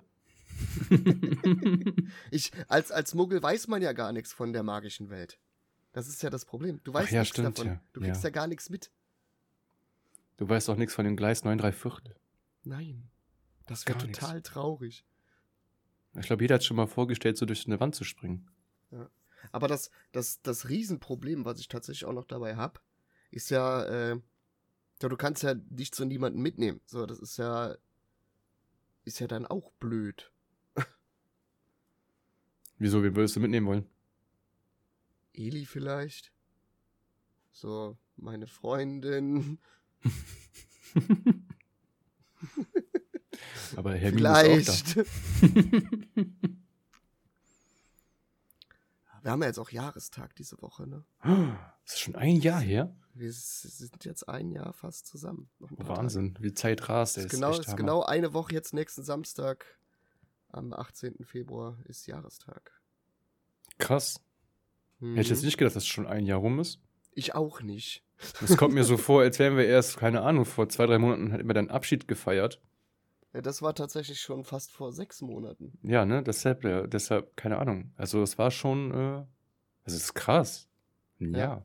Ich, als, als Muggel weiß man ja gar nichts von der magischen Welt. Das ist ja das Problem. Du weißt ja, nichts stimmt, davon. ja. Du kriegst Ja. ja. gar nichts mit. Du weißt auch nichts von dem Gleis neun drei Viertel. Nein. Das wäre Gar nichts. total traurig. Ich glaube, jeder hat schon mal vorgestellt, so durch eine Wand zu springen. Aber das, das, das Riesenproblem, was ich tatsächlich auch noch dabei habe, ist ja, äh, ja, du kannst ja dich zu niemandem mitnehmen. So, das ist ja, ist ja dann auch blöd. Wieso, wen würdest du mitnehmen wollen? Eli vielleicht. So, meine Freundin. Aber Hermine ist Vielleicht. auch Wir haben ja jetzt auch Jahrestag diese Woche, ne? da. Das ist schon ein Jahr her? Wir s- sind jetzt ein Jahr fast zusammen. Noch ein paar Wahnsinn, wie Zeit rast. Tage. Ey, Ist genau, echt ist Hammer. genau eine Woche jetzt nächsten Samstag. Am achtzehnten Februar ist Jahrestag. Krass. Mhm. Hätte ich jetzt nicht gedacht, dass es schon ein Jahr rum ist. Ich auch nicht. Es kommt mir so vor, als wären wir erst, keine Ahnung, vor zwei, drei Monaten hätten wir deinen Abschied gefeiert. Ja, das war tatsächlich schon fast vor sechs Monaten. Ja, ne, deshalb, ja, deshalb, keine Ahnung. Also, es war schon, äh, das ist krass. Ein Ja. Jahr.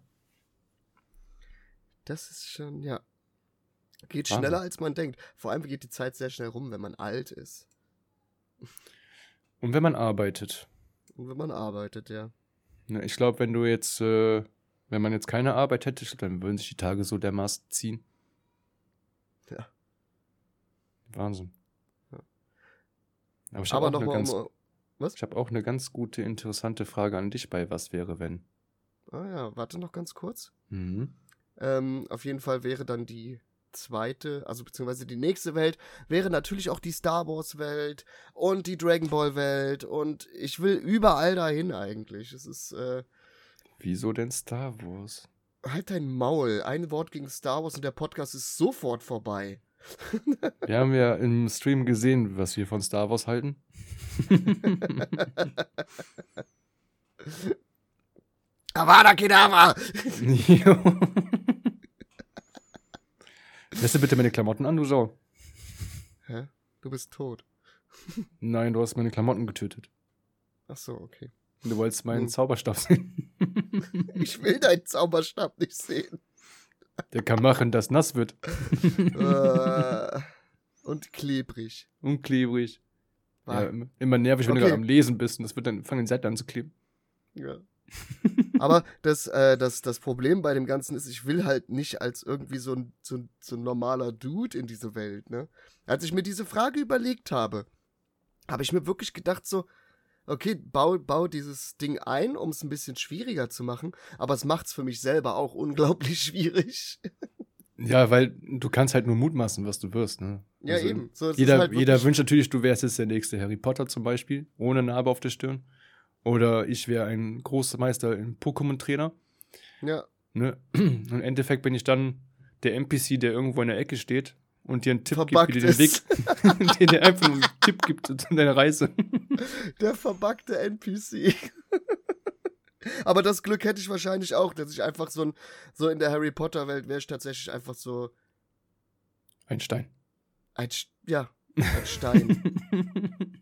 Das ist schon, ja. Geht Wahnsinn. schneller, als man denkt. Vor allem geht die Zeit sehr schnell rum, wenn man alt ist. Und wenn man arbeitet. Und wenn man arbeitet, ja. Ne, ich glaube, wenn du jetzt, äh, wenn man jetzt keine Arbeit hätte, ich glaub, dann würden sich die Tage so dermaßen ziehen. Ja. Wahnsinn. Ja. Aber ich Aber habe auch, eine nochmal ganz- um. Was? ich hab auch eine ganz gute, interessante Frage an dich bei Was wäre, wenn? Ah ja, warte noch ganz kurz. Mhm. Ähm, auf jeden Fall wäre dann die zweite, also beziehungsweise die nächste Welt, wäre natürlich auch die Star Wars Welt und die Dragon Ball Welt und ich will überall dahin eigentlich. Es ist, äh, Wieso denn Star Wars? halt dein Maul. Ein Wort gegen Star Wars und der Podcast ist sofort vorbei. Wir haben ja im Stream gesehen, was wir von Star Wars halten. Avada Kedavra! Jo. Lässt du bitte meine Klamotten an, du Sau? Hä? Du bist tot. Nein, du hast meine Klamotten getötet. Ach so, okay. Du wolltest meinen Hm. Zauberstab sehen. Ich will deinen Zauberstab nicht sehen. Der kann machen, dass nass wird. äh, und klebrig. Und klebrig. Ja, War- immer- immer nervig, wenn du Okay. gerade am Lesen bist und das wird dann fangen die Seiten an zu kleben. Ja. Aber das, äh, das, das Problem bei dem Ganzen ist, ich will halt nicht als irgendwie so ein, so, ein- so ein normaler Dude in diese Welt, ne? Als ich mir diese Frage überlegt habe, habe ich mir wirklich gedacht so, okay, bau, bau dieses Ding ein, um es ein bisschen schwieriger zu machen, aber es macht es für mich selber auch unglaublich schwierig. Ja, weil du kannst halt nur mutmaßen, was du wirst, ne? Ja, Also, eben. So, es ist Jeder, halt jeder wirklich- wünscht natürlich, du wärst jetzt der nächste Harry Potter zum Beispiel, ohne Narbe auf der Stirn. Oder ich wäre ein Großmeister im Pokémon-Trainer. Ja, Ne? Und im Endeffekt bin ich dann der N P C, der irgendwo in der Ecke steht und dir einen Tipp Verbuggt gibt, wie du den Weg, ist. dir einfach einen Tipp gibt zu deiner Reise. Der verbuggte N P C. Aber das Glück hätte ich wahrscheinlich auch, dass ich einfach so ein, so in der Harry Potter Welt wäre ich tatsächlich einfach so Ein Stein. ein, Sch- ja, ein Stein.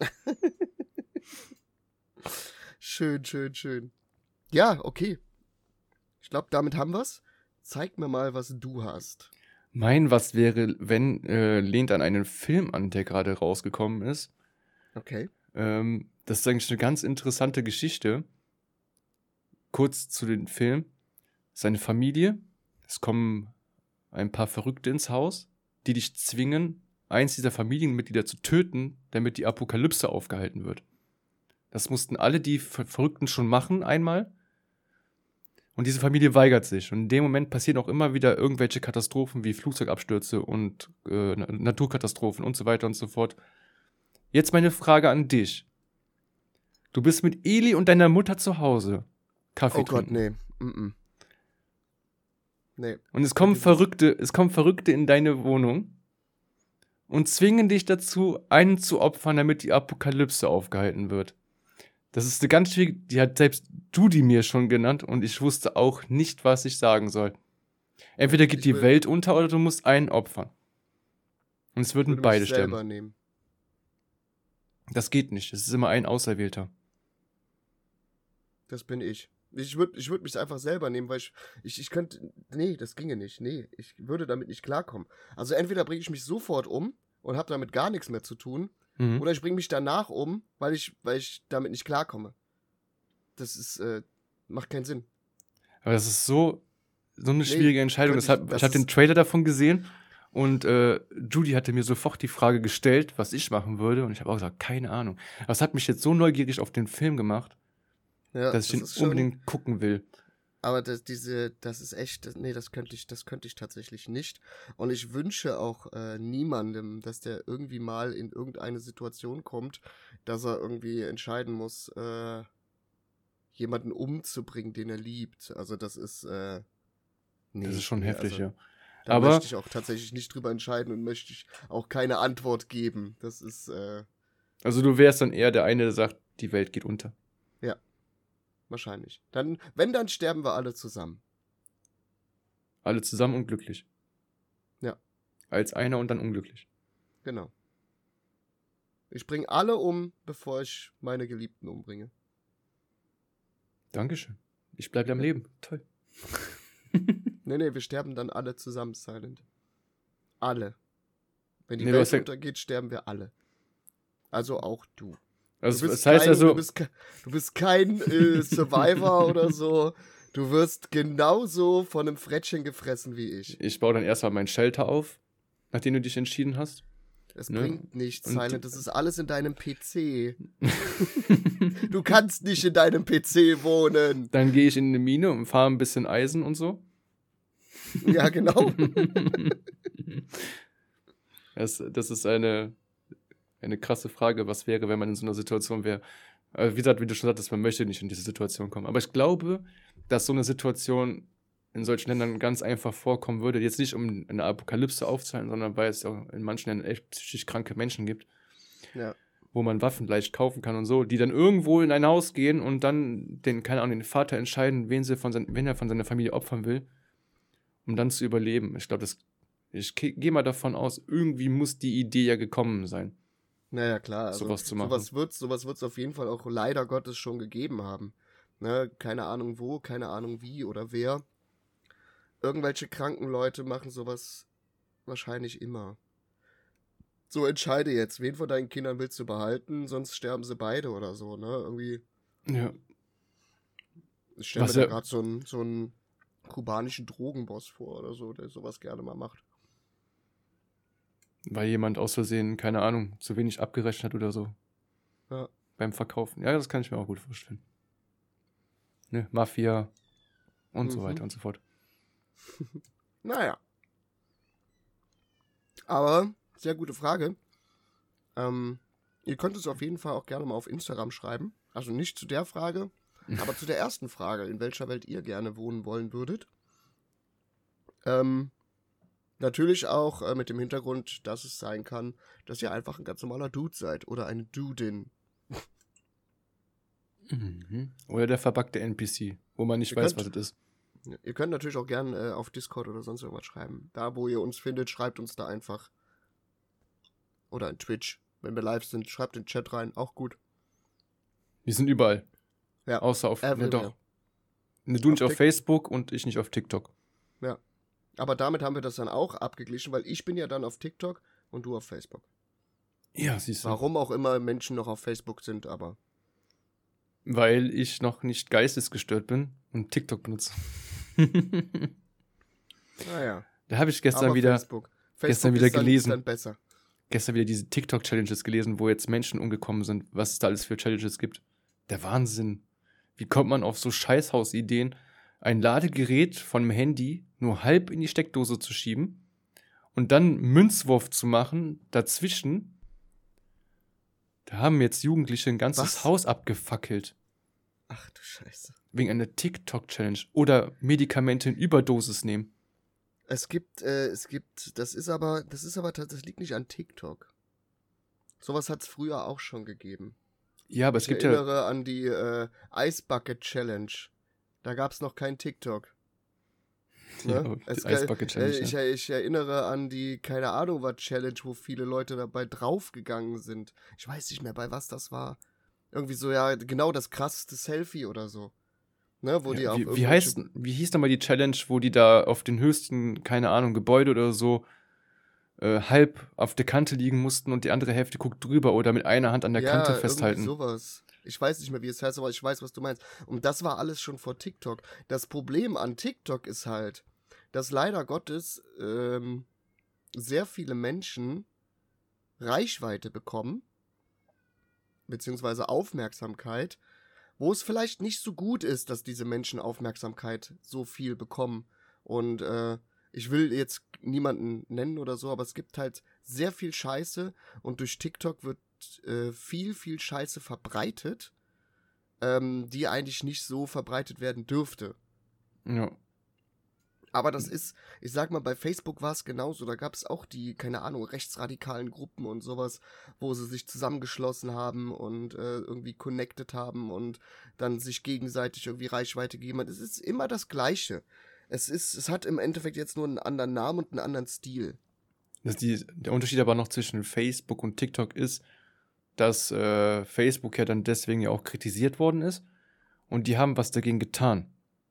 Schön, schön, schön. Ja, okay. Ich glaube, damit haben wir's. Zeig mir mal, was du hast. Mein Was wäre, wenn, äh, lehnt an einen Film an, der gerade rausgekommen ist. Okay. Ähm, das ist eigentlich eine ganz interessante Geschichte. Kurz zu dem Film. Seine Familie. Es kommen ein paar Verrückte ins Haus, die dich zwingen, eins dieser Familienmitglieder zu töten, damit die Apokalypse aufgehalten wird. Das mussten alle die Ver- Verrückten schon machen einmal. Und diese Familie weigert sich. Und in dem Moment passieren auch immer wieder irgendwelche Katastrophen wie Flugzeugabstürze und äh, Na- Naturkatastrophen und so weiter und so fort. Jetzt meine Frage an dich. Du bist mit Eli und deiner Mutter zu Hause. Kaffee Oh Gott, trinken. nee. Mm-mm. Nee. Und es kommen Dieses- Verrückte, es kommen Verrückte in deine Wohnung und zwingen dich dazu, einen zu opfern, damit die Apokalypse aufgehalten wird. Das ist eine ganz schwierige, die hat selbst Judy mir schon genannt und ich wusste auch nicht, was ich sagen soll. Entweder geht Ich die will- Welt unter oder du musst einen opfern. Und es Ich würden würde beide mich selber sterben. nehmen. Das geht nicht. Es ist immer ein Auserwählter. Das bin ich. Ich würde ich würd mich einfach selber nehmen, weil ich, ich, ich könnte, nee, das ginge nicht, nee, ich würde damit nicht klarkommen. Also entweder bringe ich mich sofort um und habe damit gar nichts mehr zu tun, Mhm. oder ich bringe mich danach um, weil ich, weil ich damit nicht klarkomme. Das ist, äh, macht keinen Sinn. Aber das ist so, so eine Nee, schwierige Entscheidung. könnte Das hat, ich- ich das habe den ist- Trailer davon gesehen und äh, Judy hatte mir sofort die Frage gestellt, was ich machen würde. Und ich habe auch gesagt, keine Ahnung. Aber es hat mich jetzt so neugierig auf den Film gemacht, Ja, dass ich den ist schon- unbedingt gucken will. Aber das, diese, das ist echt, das, nee, das könnte ich, das könnte ich tatsächlich nicht. Und ich wünsche auch äh, niemandem, dass der irgendwie mal in irgendeine Situation kommt, dass er irgendwie entscheiden muss, äh, jemanden umzubringen, den er liebt. Also das ist, äh, nee, Das ist schon nee, heftig, also, ja. Da Aber- möchte ich auch tatsächlich nicht drüber entscheiden und möchte ich auch keine Antwort geben. Das ist, äh, Also du wärst dann eher der eine, der sagt, die Welt geht unter. wahrscheinlich. Dann, wenn, dann sterben wir alle zusammen. Alle zusammen und glücklich. Ja. Als einer und dann unglücklich. Genau. Ich bringe alle um, bevor ich meine Geliebten umbringe. Dankeschön. Ich bleibe am Leben. Toll. Nee, nee, wir sterben dann alle zusammen, Silent. Alle. Wenn die Nee, du Welt hast ja- untergeht, sterben wir alle. Also auch du. Also du das bist heißt kein, also, Du bist, ke- du bist kein äh, Survivor oder so. Du wirst genauso von einem Frettchen gefressen wie ich. ich baue dann erstmal mein Shelter auf, nachdem du dich entschieden hast. Es Ne? bringt nichts, Und Silent. Das ist alles in deinem P C. Du kannst nicht in deinem P C wohnen. Dann gehe ich in eine Mine und fahre ein bisschen Eisen und so. Ja, genau. Das, das ist eine, eine krasse Frage, was wäre, wenn man in so einer Situation wäre. Aber wie gesagt, wie du schon sagtest, man möchte nicht in diese Situation kommen. Aber ich glaube, dass so eine Situation in solchen Ländern ganz einfach vorkommen würde. Jetzt nicht, um eine Apokalypse aufzuhalten, sondern weil es auch in manchen Ländern echt psychisch kranke Menschen gibt, Ja. wo man Waffen leicht kaufen kann und so, die dann irgendwo in ein Haus gehen und dann den, keine Ahnung, den Vater entscheiden, wen, sie von sein, wen er von seiner Familie opfern will, um dann zu überleben. Ich glaube, das ich gehe mal davon aus, irgendwie muss die Idee ja gekommen sein. Naja, klar. Also, Sowas zu machen. Sowas wird es sowas wird's auf jeden Fall auch leider Gottes schon gegeben haben. Ne? Keine Ahnung wo, keine Ahnung wie oder wer. Irgendwelche kranken Leute machen sowas wahrscheinlich immer. So, entscheide jetzt, wen von deinen Kindern willst du behalten, sonst sterben sie beide oder so, ne? Irgendwie, Ja. ich stelle mir Was da ja- gerade so einen so einen kubanischen Drogenboss vor oder so, der sowas gerne mal macht. Weil jemand aus Versehen, keine Ahnung, zu wenig abgerechnet hat oder so. Ja. Beim Verkaufen. Ja, das kann ich mir auch gut vorstellen. Ne, Mafia und so Mhm. weiter und so fort. Naja. Aber, sehr gute Frage. Ähm, ihr könnt es auf jeden Fall auch gerne mal auf Instagram schreiben. Also nicht zu der Frage, aber zu der ersten Frage, in welcher Welt ihr gerne wohnen wollen würdet. Ähm, Natürlich auch äh, mit dem Hintergrund, dass es sein kann, dass ihr einfach ein ganz normaler Dude seid oder eine Dudin. Mhm. Oder der verbackte N P C, wo man nicht Ihr weiß, könnt- was es ist. Ihr könnt natürlich auch gerne äh, auf Discord oder sonst irgendwas schreiben. Da, wo ihr uns findet, schreibt uns da einfach. Oder in Twitch. Wenn wir live sind, schreibt in den Chat rein. Auch gut. Wir sind überall. Ja. Außer auf. Ne, Everywhere. doch. Ne, du nicht Auf auf Tik- Facebook und ich nicht auf TikTok. Aber damit haben wir das dann auch abgeglichen, weil ich bin ja dann auf TikTok und du auf Facebook. Ja, siehst du. Warum auch immer Menschen noch auf Facebook sind, aber Weil ich noch nicht geistesgestört bin und TikTok benutze. naja. Da habe ich gestern aber wieder, Facebook. gestern Facebook wieder ist dann, gelesen. Ist dann besser. gestern wieder diese TikTok-Challenges gelesen, wo jetzt Menschen umgekommen sind, was es da alles für Challenges gibt. Der Wahnsinn. Wie kommt man auf so Scheißhausideen, ein Ladegerät von einem Handy nur halb in die Steckdose zu schieben und dann Münzwurf zu machen dazwischen? Da haben jetzt Jugendliche ein ganzes Was? Haus abgefackelt. Ach du Scheiße. Wegen einer TikTok-Challenge. Oder Medikamente in Überdosis nehmen. Es gibt, äh, es gibt, das ist aber, das ist aber, tats- das liegt nicht an TikTok. Sowas hat es früher auch schon gegeben. Ja, aber es Ich gibt ja. erinnere an die äh, Ice Bucket Challenge. Da gab es noch kein TikTok. Ja, Ne? die Es Ice ge- Bucket Challenge, äh, ich, ich erinnere an die, keine Ahnung was Challenge, wo viele Leute dabei draufgegangen sind. Ich weiß nicht mehr, bei was das war. Irgendwie so, ja, genau das krasseste Selfie oder so. Ne, wo die Ja, auf wie, wie, irgendwelche- heißt, wie hieß nochmal die Challenge, wo die da auf den höchsten, keine Ahnung, Gebäude oder so äh, halb auf der Kante liegen mussten und die andere Hälfte guckt drüber oder mit einer Hand an der ja, Kante irgendwie festhalten. sowas. Ich weiß nicht mehr, wie es heißt, aber ich weiß, was du meinst. Und das war alles schon vor TikTok. Das Problem an TikTok ist halt, dass leider Gottes ähm, sehr viele Menschen Reichweite bekommen, beziehungsweise Aufmerksamkeit, wo es vielleicht nicht so gut ist, dass diese Menschen Aufmerksamkeit so viel bekommen. Und äh, ich will jetzt niemanden nennen oder so, aber es gibt halt sehr viel Scheiße und durch TikTok wird äh, viel, viel Scheiße verbreitet, ähm, die eigentlich nicht so verbreitet werden dürfte. Ja. Aber das ist, ich sag mal, bei Facebook war es genauso. Da gab es auch die, keine Ahnung, rechtsradikalen Gruppen und sowas, wo sie sich zusammengeschlossen haben und äh, irgendwie connected haben und dann sich gegenseitig irgendwie Reichweite gegeben haben. Es ist immer das Gleiche. Es ist, es hat im Endeffekt jetzt nur einen anderen Namen und einen anderen Stil. Das die, der Unterschied aber noch zwischen Facebook und TikTok ist, dass äh, Facebook ja dann deswegen ja auch kritisiert worden ist und die haben was dagegen getan.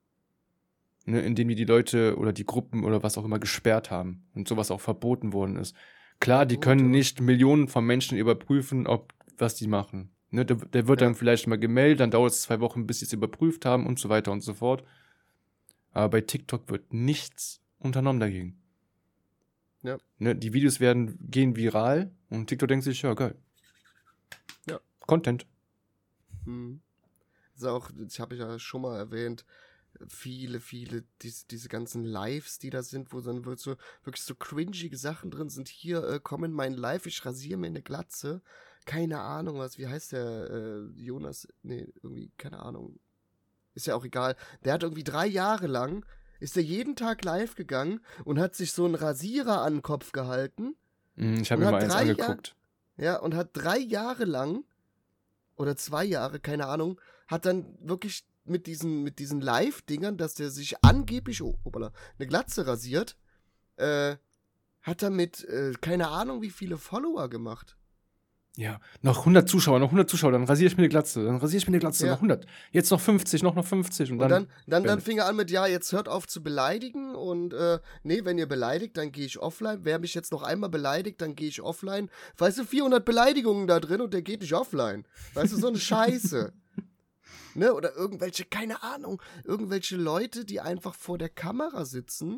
Ne, indem die die Leute oder die Gruppen oder was auch immer gesperrt haben und sowas auch verboten worden ist. Klar, die Gut, können aber- nicht Millionen von Menschen überprüfen, ob was die machen. Ne, der, der wird Ja. dann vielleicht mal gemeldet, dann dauert es zwei Wochen, bis sie es überprüft haben und so weiter und so fort. Aber bei TikTok wird nichts unternommen dagegen. Ja. Ne, die Videos werden, gehen viral und TikTok denkt sich, ja, geil. Ja. Content. Hm. Das ist auch, das habe ich ja schon mal erwähnt, viele, viele, diese, diese ganzen Lives, die da sind, wo dann wird so, wirklich so cringige Sachen drin sind. Hier, äh, komm in mein Live, ich rasiere mir eine Glatze. Keine Ahnung, was, wie heißt der, äh, Jonas, nee, irgendwie, keine Ahnung. Ist ja auch egal. Der hat irgendwie drei Jahre lang, ist er jeden Tag live gegangen und hat sich so einen Rasierer an den Kopf gehalten. Hm, Ich habe Und mir hat mal eins drei angeguckt. Ja, und hat drei Jahre lang, oder zwei Jahre, keine Ahnung, hat dann wirklich mit diesen, mit diesen Live-Dingern, dass der sich angeblich, oh, hoppala, eine Glatze rasiert, äh, hat er mit, äh, keine Ahnung, wie viele Follower gemacht. Ja, noch hundert Zuschauer, noch hundert Zuschauer, dann rasiere ich mir eine Glatze, dann rasiere ich mir eine Glatze, Ja. noch hundert. Jetzt noch fünfzig, noch noch fünfzig und Und dann, dann, dann, dann Bälle. fing er an mit, ja, jetzt hört auf zu beleidigen und, äh, nee, wenn ihr beleidigt, dann gehe ich offline. Wer mich jetzt noch einmal beleidigt, dann gehe ich offline. Weißt du, vierhundert Beleidigungen da drin und der geht nicht offline. Weißt du, so eine Scheiße. Ne, oder irgendwelche, keine Ahnung, irgendwelche Leute, die einfach vor der Kamera sitzen,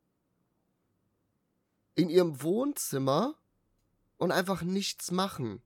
in ihrem Wohnzimmer und einfach nichts machen.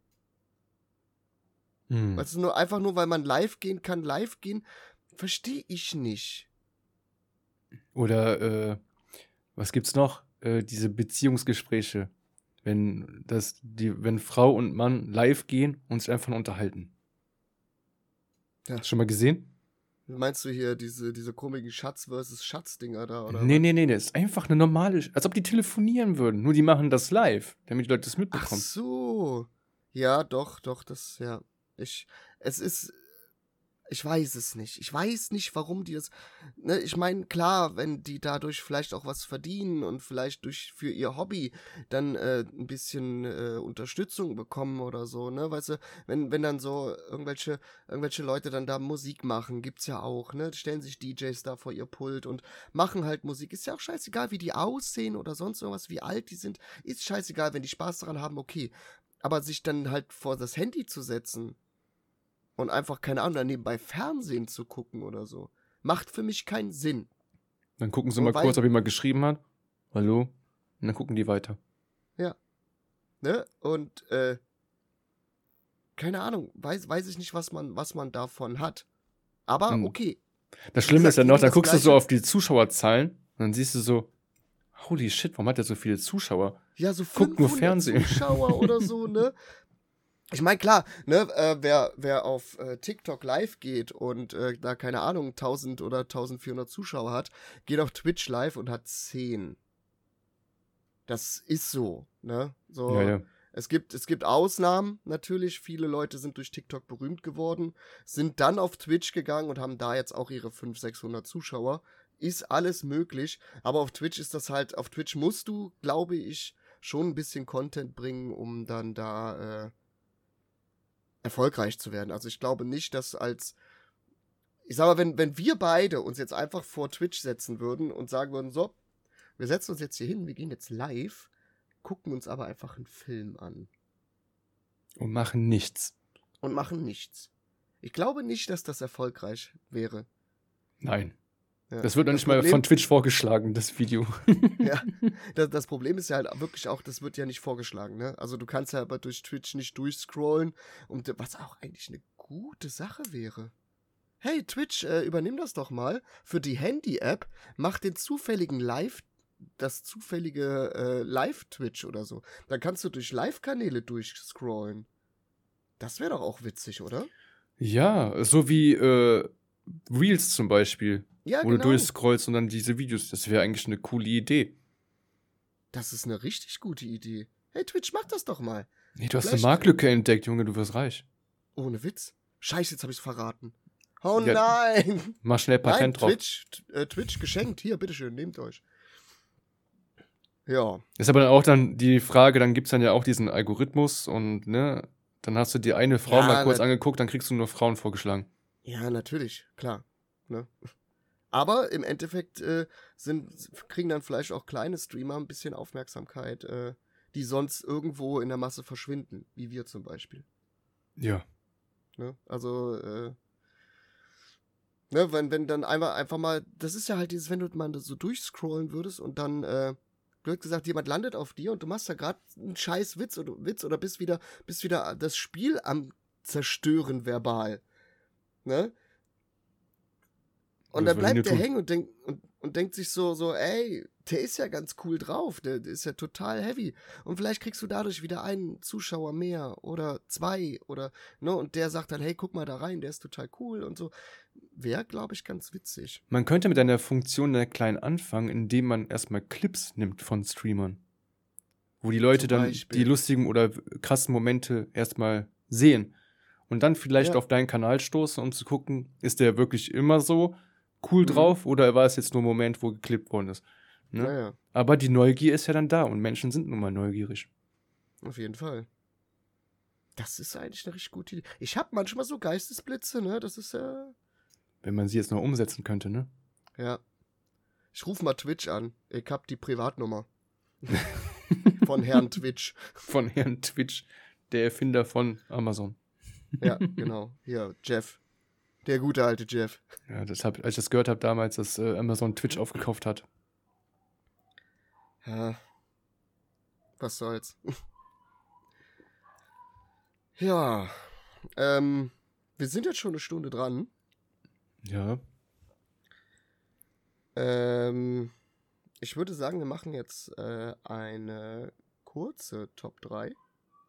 Hm. Weißt du, nur einfach nur, weil man live gehen kann, live gehen, verstehe ich nicht. Oder, äh, was gibt's noch? Äh, diese Beziehungsgespräche. Wenn das, die, wenn Frau und Mann live gehen und sich einfach nur unterhalten. Ja. Hast du schon mal gesehen? Meinst du hier diese, diese komischen Schatz versus Schatz-Dinger da, oder? Nee, was? nee, nee, das ist einfach eine normale, als ob die telefonieren würden. Nur die machen das live, damit die Leute das Ach mitbekommen. so. Ja, doch, doch, das, ja. Ich, es ist, ich weiß es nicht. Ich weiß nicht, warum die das, ne, ich meine, klar, wenn die dadurch vielleicht auch was verdienen und vielleicht durch, für ihr Hobby dann äh, ein bisschen äh, Unterstützung bekommen oder so, ne, weißt du, wenn, wenn dann so irgendwelche, irgendwelche Leute dann da Musik machen, gibt's ja auch, ne, stellen sich D Js da vor ihr Pult und machen halt Musik, ist ja auch scheißegal, wie die aussehen oder sonst irgendwas, wie alt die sind, ist scheißegal, wenn die Spaß daran haben, okay, aber sich dann halt vor das Handy zu setzen und einfach, keine Ahnung, dann nebenbei Fernsehen zu gucken oder so, macht für mich keinen Sinn. Dann gucken sie Wobei- mal kurz, ob jemand geschrieben hat. Hallo? Und dann gucken die weiter. Ne? Und, äh, keine Ahnung, weiß, weiß ich nicht, was man, was man davon hat. Aber Hm. okay. Das Schlimme ist ja gesagt, noch, eben dann das guckst du so Gleiche. auf die Zuschauerzahlen und dann siehst du so, holy shit, warum hat der so viele Zuschauer? Ja, so Guck nur fünfhundert Fernsehen. Zuschauer oder so, ne? Ich meine, klar, ne, äh, wer, wer auf äh, TikTok live geht und äh, da, keine Ahnung, tausend oder eintausendvierhundert Zuschauer hat, geht auf Twitch live und hat zehn. Das ist so, ne? So, Ja, ja. Es gibt, es gibt Ausnahmen natürlich. Viele Leute sind durch TikTok berühmt geworden, sind dann auf Twitch gegangen und haben da jetzt auch ihre fünfhundert, sechshundert Zuschauer. Ist alles möglich, aber auf Twitch ist das halt, auf Twitch musst du, glaube ich, schon ein bisschen Content bringen, um dann da äh, erfolgreich zu werden. Also ich glaube nicht, dass als, ich sag mal, wenn, wenn wir beide uns jetzt einfach vor Twitch setzen würden und sagen würden, so, wir setzen uns jetzt hier hin, wir gehen jetzt live, gucken uns aber einfach einen Film an Und machen nichts. und machen nichts. Ich glaube nicht, dass das erfolgreich wäre. Nein. Ja. Das wird noch Das nicht mal Problem- von Twitch vorgeschlagen, das Video. Ja, das, das Problem ist ja halt wirklich auch, das wird ja nicht vorgeschlagen, ne? Also du kannst ja aber durch Twitch nicht durchscrollen, und was auch eigentlich eine gute Sache wäre. Hey, Twitch, äh, übernimm das doch mal für die Handy-App, mach den zufälligen Live, das zufällige äh, Live-Twitch oder so. Dann kannst du durch Live-Kanäle durchscrollen. Das wäre doch auch witzig, oder? Ja, so wie äh, Reels zum Beispiel, Ja, wo genau. du durchscrollst und dann diese Videos. Das wäre eigentlich eine coole Idee. Das ist eine richtig gute Idee. Hey, Twitch, mach das doch mal. Nee, du hast Vielleicht- eine Marktlücke entdeckt, Junge, du wirst reich. Ohne Witz. Scheiße, jetzt habe ich's verraten. Oh Ja. nein! Mach schnell Patent Nein, drauf. Twitch, t- äh, Twitch geschenkt. Hier, bitteschön, nehmt euch. Ja. Ist aber dann auch dann die Frage, dann gibt's dann ja auch diesen Algorithmus und, ne, dann hast du die eine Frau Ja, mal kurz na- angeguckt, dann kriegst du nur Frauen vorgeschlagen. Ja, natürlich, klar. Ne? Aber im Endeffekt äh, sind, kriegen dann vielleicht auch kleine Streamer ein bisschen Aufmerksamkeit, äh, die sonst irgendwo in der Masse verschwinden, wie wir zum Beispiel. Ja. Ne? Also, äh, ne, wenn, wenn dann einmal einfach mal, das ist ja halt dieses, wenn du mal so durchscrollen würdest und dann, äh, blöd gesagt, jemand landet auf dir und du machst da gerade einen scheiß Witz oder Witz oder bist wieder, bist wieder das Spiel am zerstören verbal. Ne? Und Das dann will ich bleibt nicht der tun. hängen und, denk, und, und denkt sich so, so, ey, der ist ja ganz cool drauf, der, der ist ja total heavy. Und vielleicht kriegst du dadurch wieder einen Zuschauer mehr oder zwei oder, ne, und der sagt dann, hey, guck mal da rein, der ist total cool und so. Wäre, glaube ich, ganz witzig. Man könnte mit einer Funktion der kleinen anfangen, indem man erstmal Clips nimmt von Streamern. Wo die Leute Zum dann Beispiel. die lustigen oder krassen Momente erstmal sehen. Und dann vielleicht Ja. auf deinen Kanal stoßen, um zu gucken, ist der wirklich immer so cool Mhm. drauf oder war es jetzt nur ein Moment, wo geklippt worden ist. Ne? Naja, Aber die Neugier ist ja dann da und Menschen sind nun mal neugierig. auf jeden Fall. Das ist eigentlich eine richtig gute Idee. Ich habe manchmal so Geistesblitze, ne, das ist ja, Wenn man sie jetzt noch umsetzen könnte, ne? ja. Ich rufe mal Twitch an. Ich hab die Privatnummer. Von Herrn Twitch. Von Herrn Twitch, der Erfinder von Amazon. Ja, genau. Hier, Jeff. Der gute alte Jeff. Ja, das hab, als ich das gehört habe damals, dass äh, Amazon Twitch aufgekauft hat. Ja. Was soll's. Ja. Ähm, wir sind jetzt schon eine Stunde dran. Ja. Ähm, ich würde sagen, wir machen jetzt äh, eine kurze Top drei.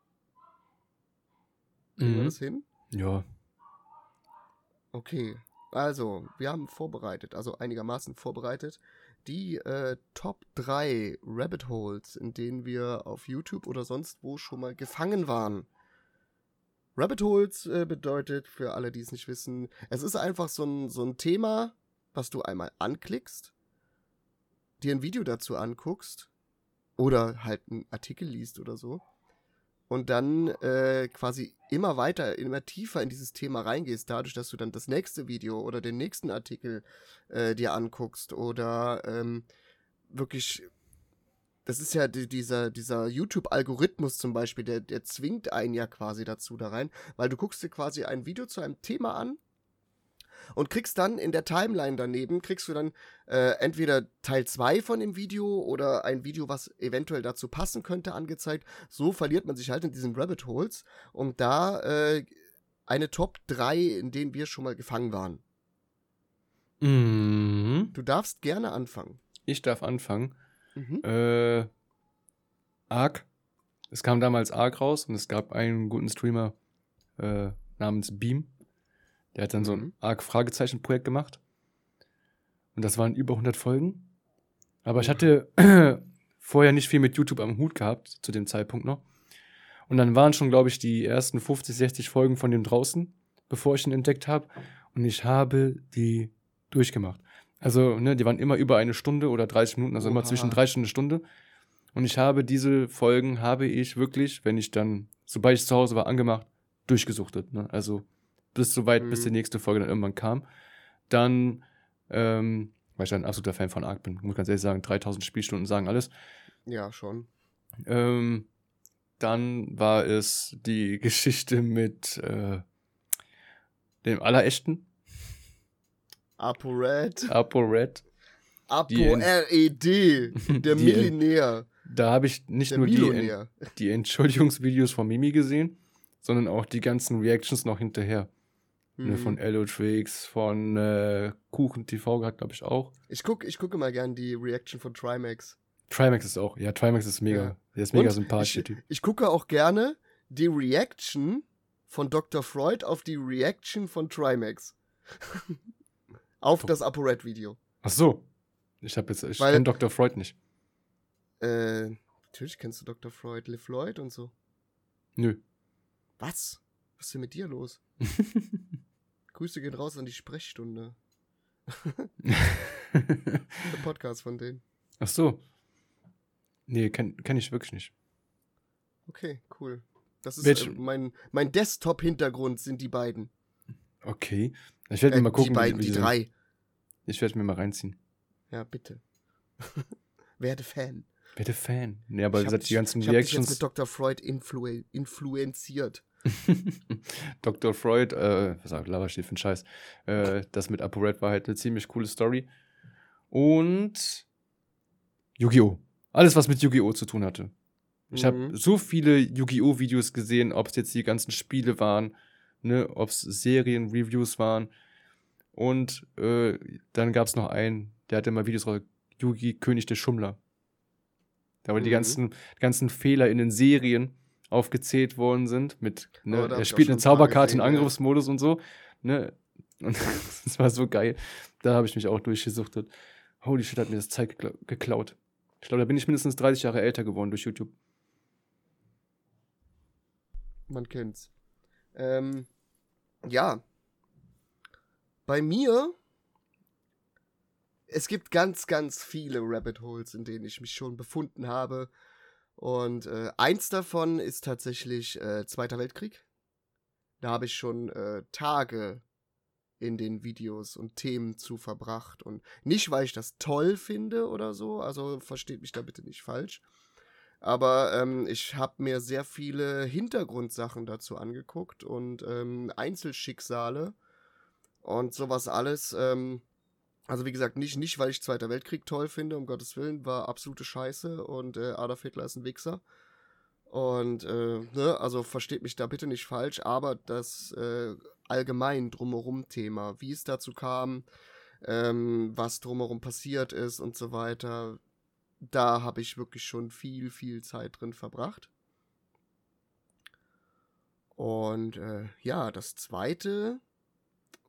Kriegen wir Mhm. das hin? Ja. Okay. Also, wir haben vorbereitet, also einigermaßen vorbereitet, die äh, Top drei Rabbit Holes, in denen wir auf YouTube oder sonst wo schon mal gefangen waren. Rabbit Holes äh, bedeutet, für alle, die es nicht wissen, es ist einfach so ein, so ein Thema, was du einmal anklickst, dir ein Video dazu anguckst oder halt einen Artikel liest oder so und dann äh, quasi immer weiter, immer tiefer in dieses Thema reingehst, dadurch, dass du dann das nächste Video oder den nächsten Artikel äh, dir anguckst oder ähm, wirklich, das ist ja die, dieser, dieser YouTube-Algorithmus zum Beispiel, der, der zwingt einen ja quasi dazu da rein, weil du guckst dir quasi ein Video zu einem Thema an und kriegst dann in der Timeline daneben, kriegst du dann äh, entweder Teil zwei von dem Video oder ein Video, was eventuell dazu passen könnte, angezeigt. So verliert man sich halt in diesen Rabbit Holes und da äh, eine Top drei, in denen wir schon mal gefangen waren. Mhm. Du darfst gerne anfangen. Ich darf anfangen. Mhm. Äh, Ark. Es kam damals Ark raus und es gab einen guten Streamer äh, namens Beam. Der hat dann Mhm. so ein Ark-Fragezeichen-Projekt gemacht. Und das waren über hundert Folgen. Aber ich hatte vorher nicht viel mit YouTube am Hut gehabt, zu dem Zeitpunkt noch. Und dann waren schon, glaube ich, die ersten fünfzig, sechzig Folgen von dem draußen, bevor ich ihn entdeckt habe. Und ich habe die durchgemacht. Also, ne, die waren immer über eine Stunde oder dreißig Minuten, also Oha. immer zwischen dreißig und eine Stunde. Und ich habe diese Folgen, habe ich wirklich, wenn ich dann, sobald ich zu Hause war, angemacht, durchgesuchtet. Ne? Also bis so weit, Mhm. bis die nächste Folge dann irgendwann kam. Dann, ähm, weil ich ein absoluter Fan von Ark bin, muss ganz ehrlich sagen, dreitausend Spielstunden sagen alles. Ja, schon. Ähm, dann war es die Geschichte mit äh, dem Allerechten, ApoRed. ApoRed. Die Ent- ApoRed. Der Die Millionär. Da habe ich nicht Der nur die, Millionär. die Entschuldigungsvideos von Mimi gesehen, sondern auch die ganzen Reactions noch hinterher. Ne, von Mhm. Elotrix, von äh, Kuchen T V hat, glaube ich, auch. Ich gucke ich guck immer gern die Reaction von Trimax. Trimax ist auch, ja, Trimax ist mega, Ja. der ist mega Und sympathisch, der ich, Typ. ich gucke auch gerne die Reaction von Doktor Freud auf die Reaction von Trimax. Auf Dok- das ApoRed-Video. Ach so, ich habe jetzt, ich Weil- kenne Doktor Freud nicht. Äh, natürlich kennst du Doktor Freud, Liv Lloyd und so. Nö. Was? Was ist denn mit dir los? Grüße gehen raus an die Sprechstunde. Der Podcast von denen. Ach so. Nee, kenne kenn ich wirklich nicht. Okay, cool. Das ist Welch- äh, mein, mein Desktop-Hintergrund sind die beiden. Okay. Ich werde Äh, mir mal gucken, die beiden, wie, wie die so- drei. Ich werde mir mal reinziehen. Ja, bitte. Werde Fan. Bitte Fan. Nee, aber wie ich hab gesagt, dich, die ganzen ich hab dich jetzt Reactions. mit Doktor Freud influ influenziert. Doktor Freud, äh, was sagt Lava steht für ein Scheiß. Äh, das mit ApoRed war halt eine ziemlich coole Story. Und Yu-Gi-Oh! Alles, was mit Yu-Gi-Oh! Zu tun hatte. Ich habe Mhm. so viele Yu-Gi-Oh! Videos gesehen, ob es jetzt die ganzen Spiele waren, ne, ob es Serien-Reviews waren. Und äh, dann gab es noch einen, der hatte mal Videos raus, Yu-Gi König der Schummler. Da wo die Mhm. ganzen, ganzen Fehler in den Serien aufgezählt worden sind. Mit, Oh, ne, da hab er ich auch spielt schon eine ein paar Zauberkarte in gesehen, ja. Angriffsmodus und so. Ne? Und das war so geil. Da habe ich mich auch durchgesuchtet. Holy shit, hat mir das Zeit gekla- geklaut. Ich glaube, da bin ich mindestens dreißig Jahre älter geworden durch YouTube. Man kennt's. Ähm, ja. Bei mir, es gibt ganz, ganz viele Rabbit Holes, in denen ich mich schon befunden habe. Und äh, eins davon ist tatsächlich äh, Zweiter Weltkrieg. Da habe ich schon äh, Tage in den Videos und Themen zu verbracht. Und nicht, weil ich das toll finde oder so, also versteht mich da bitte nicht falsch. Aber ähm, ich habe mir sehr viele Hintergrundsachen dazu angeguckt und ähm, Einzelschicksale und sowas alles. Ähm, also wie gesagt, nicht, nicht, weil ich Zweiter Weltkrieg toll finde, um Gottes Willen, war absolute Scheiße und äh, Adolf Hitler ist ein Wichser. Und, äh, ne, also versteht mich da bitte nicht falsch, aber das äh, allgemein drumherum Thema, wie es dazu kam, ähm, was drumherum passiert ist und so weiter, da habe ich wirklich schon viel, viel Zeit drin verbracht. Und äh, ja, das zweite,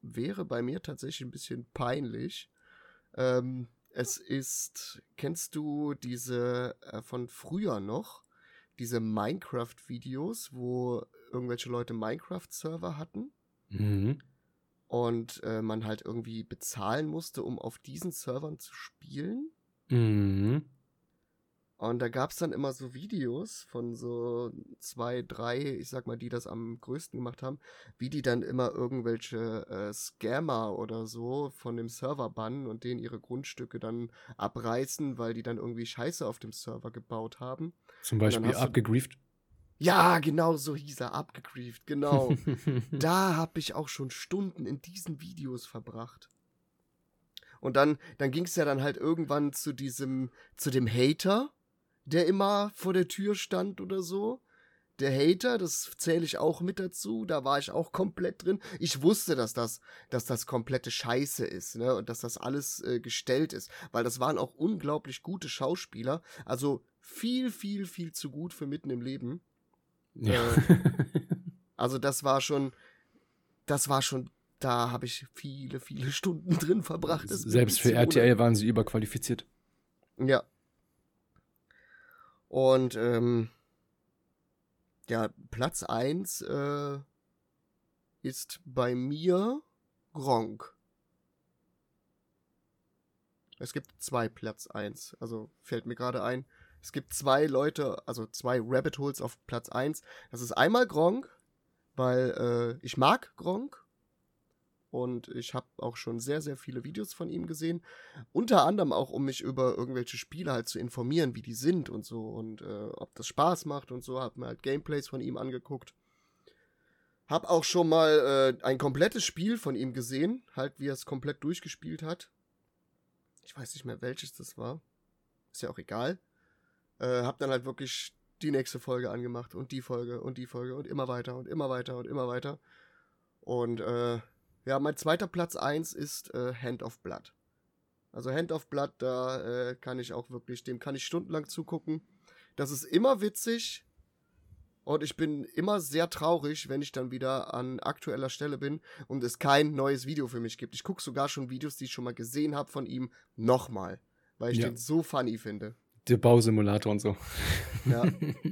wäre bei mir tatsächlich ein bisschen peinlich. Ähm, es ist, kennst du diese äh, von früher noch, diese Minecraft-Videos, wo irgendwelche Leute Minecraft-Server hatten Mhm. und äh, man halt irgendwie bezahlen musste, um auf diesen Servern zu spielen? Mhm. Und da gab es dann immer so Videos von so zwei, drei, ich sag mal, die das am größten gemacht haben, wie die dann immer irgendwelche äh, Scammer oder so von dem Server bannen und denen ihre Grundstücke dann abreißen, weil die dann irgendwie Scheiße auf dem Server gebaut haben. Zum dann Beispiel hast du- abgegrieft. Ja, genau so hieß er, abgegrieft, genau. Da habe ich auch schon Stunden in diesen Videos verbracht. Und dann, dann ging es ja dann halt irgendwann zu diesem, zu dem Hater, der immer vor der Tür stand oder so. Der Hater, das zähle ich auch mit dazu, da war ich auch komplett drin. Ich wusste, dass das, dass das komplette Scheiße ist, ne, und dass das alles äh, gestellt ist, weil das waren auch unglaublich gute Schauspieler, also viel, viel, viel zu gut für mitten im Leben. Ja. Also das war schon, das war schon, da habe ich viele, viele Stunden drin verbracht. Das ist Selbst für wirklich R T L waren sie überqualifiziert. Ja. Und, ähm, ja, Platz eins äh, ist bei mir Gronkh. Es gibt zwei Platz eins, also fällt mir gerade ein. Es gibt zwei Leute, also zwei Rabbit Holes auf Platz eins. Das ist einmal Gronkh, weil äh, ich mag Gronkh. Und ich habe auch schon sehr, sehr viele Videos von ihm gesehen. Unter anderem auch, um mich über irgendwelche Spiele halt zu informieren, wie die sind und so. Und äh, ob das Spaß macht und so. Hab mir halt Gameplays von ihm angeguckt. Hab auch schon mal äh, ein komplettes Spiel von ihm gesehen. Halt, wie er es komplett durchgespielt hat. Ich weiß nicht mehr, welches das war. Ist ja auch egal. Äh, hab dann halt wirklich die nächste Folge angemacht. Und die Folge und die Folge. Und immer weiter und immer weiter und immer weiter. Und, äh... ja, mein zweiter Platz eins ist äh, Hand of Blood. Also Hand of Blood, da äh, kann ich auch wirklich, dem kann ich stundenlang zugucken. Das ist immer witzig und ich bin immer sehr traurig, wenn ich dann wieder an aktueller Stelle bin und es kein neues Video für mich gibt. Ich gucke sogar schon Videos, die ich schon mal gesehen habe von ihm, nochmal, weil ich Ja. den so funny finde. Der Bausimulator und so. Ja,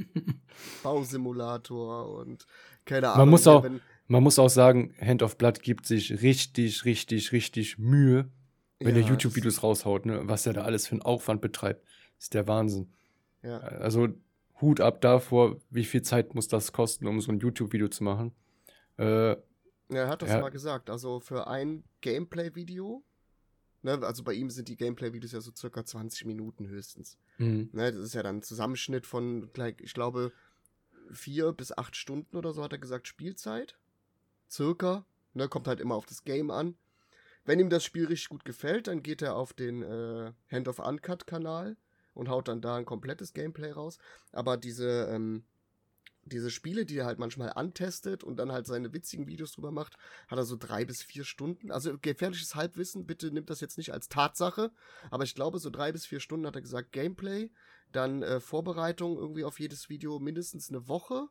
Bausimulator und keine Ahnung. Man muss auch, wenn, man muss auch sagen, Hand of Blood gibt sich richtig, richtig, richtig Mühe, wenn ja, er YouTube-Videos raushaut, ne? Was er da alles für einen Aufwand betreibt. Ist der Wahnsinn. Ja. Also Hut ab davor, wie viel Zeit muss das kosten, um so ein YouTube-Video zu machen. Äh, Ja, er hat das Ja. mal gesagt. Also für ein Gameplay-Video, ne, also bei ihm sind die Gameplay-Videos ja so circa zwanzig Minuten höchstens. mh. Ne, das ist ja dann ein Zusammenschnitt von, gleich, ich glaube, vier bis acht Stunden oder so, hat er gesagt, Spielzeit. Circa. Ne, kommt halt immer auf das Game an. Wenn ihm das Spiel richtig gut gefällt, dann geht er auf den äh, Hand of Uncut-Kanal und haut dann da ein komplettes Gameplay raus. Aber diese, ähm, diese Spiele, die er halt manchmal antestet und dann halt seine witzigen Videos drüber macht, hat er so drei bis vier Stunden. Also gefährliches Halbwissen, bitte nimmt das jetzt nicht als Tatsache, aber ich glaube, so drei bis vier Stunden hat er gesagt Gameplay, dann äh, Vorbereitung irgendwie auf jedes Video mindestens eine Woche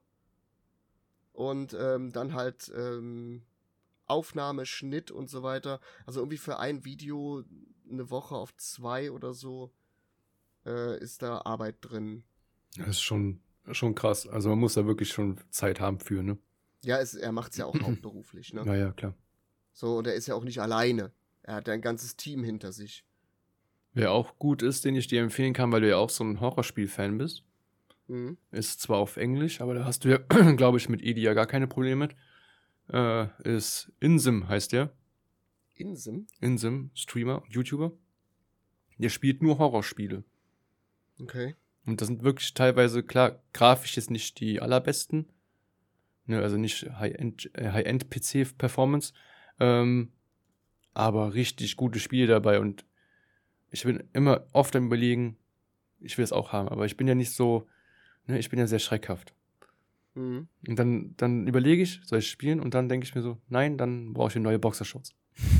und ähm, dann halt ähm, Aufnahme, Schnitt und so weiter. Also irgendwie für ein Video eine Woche auf zwei oder so äh, ist da Arbeit drin. Das ist schon, schon krass. Also man muss da wirklich schon Zeit haben für, ne? Ja, es, er macht es ja auch hauptberuflich, ne? Ja, ja, klar. So, und er ist ja auch nicht alleine. Er hat ja ein ganzes Team hinter sich. Wer auch gut ist, den ich dir empfehlen kann, weil du ja auch so ein Horrorspiel-Fan bist, Mhm. ist zwar auf Englisch, aber da hast du ja, glaube ich, mit Edi ja gar keine Probleme mit, äh, ist Insim, heißt der. Insim? Insim, Streamer, YouTuber. Der spielt nur Horrorspiele. Okay. Und das sind wirklich teilweise, klar, grafisch jetzt nicht die allerbesten. Ne, also nicht High-End, äh, High-End-P C-Performance. Ähm, aber richtig gute Spiele dabei. Und ich bin immer oft am Überlegen, ich will es auch haben. Aber ich bin ja nicht so, ne, ich bin ja sehr schreckhaft. Mhm. Und dann, dann überlege ich, soll ich spielen? Und dann denke ich mir so, nein, dann brauche ich eine neue Boxershorts.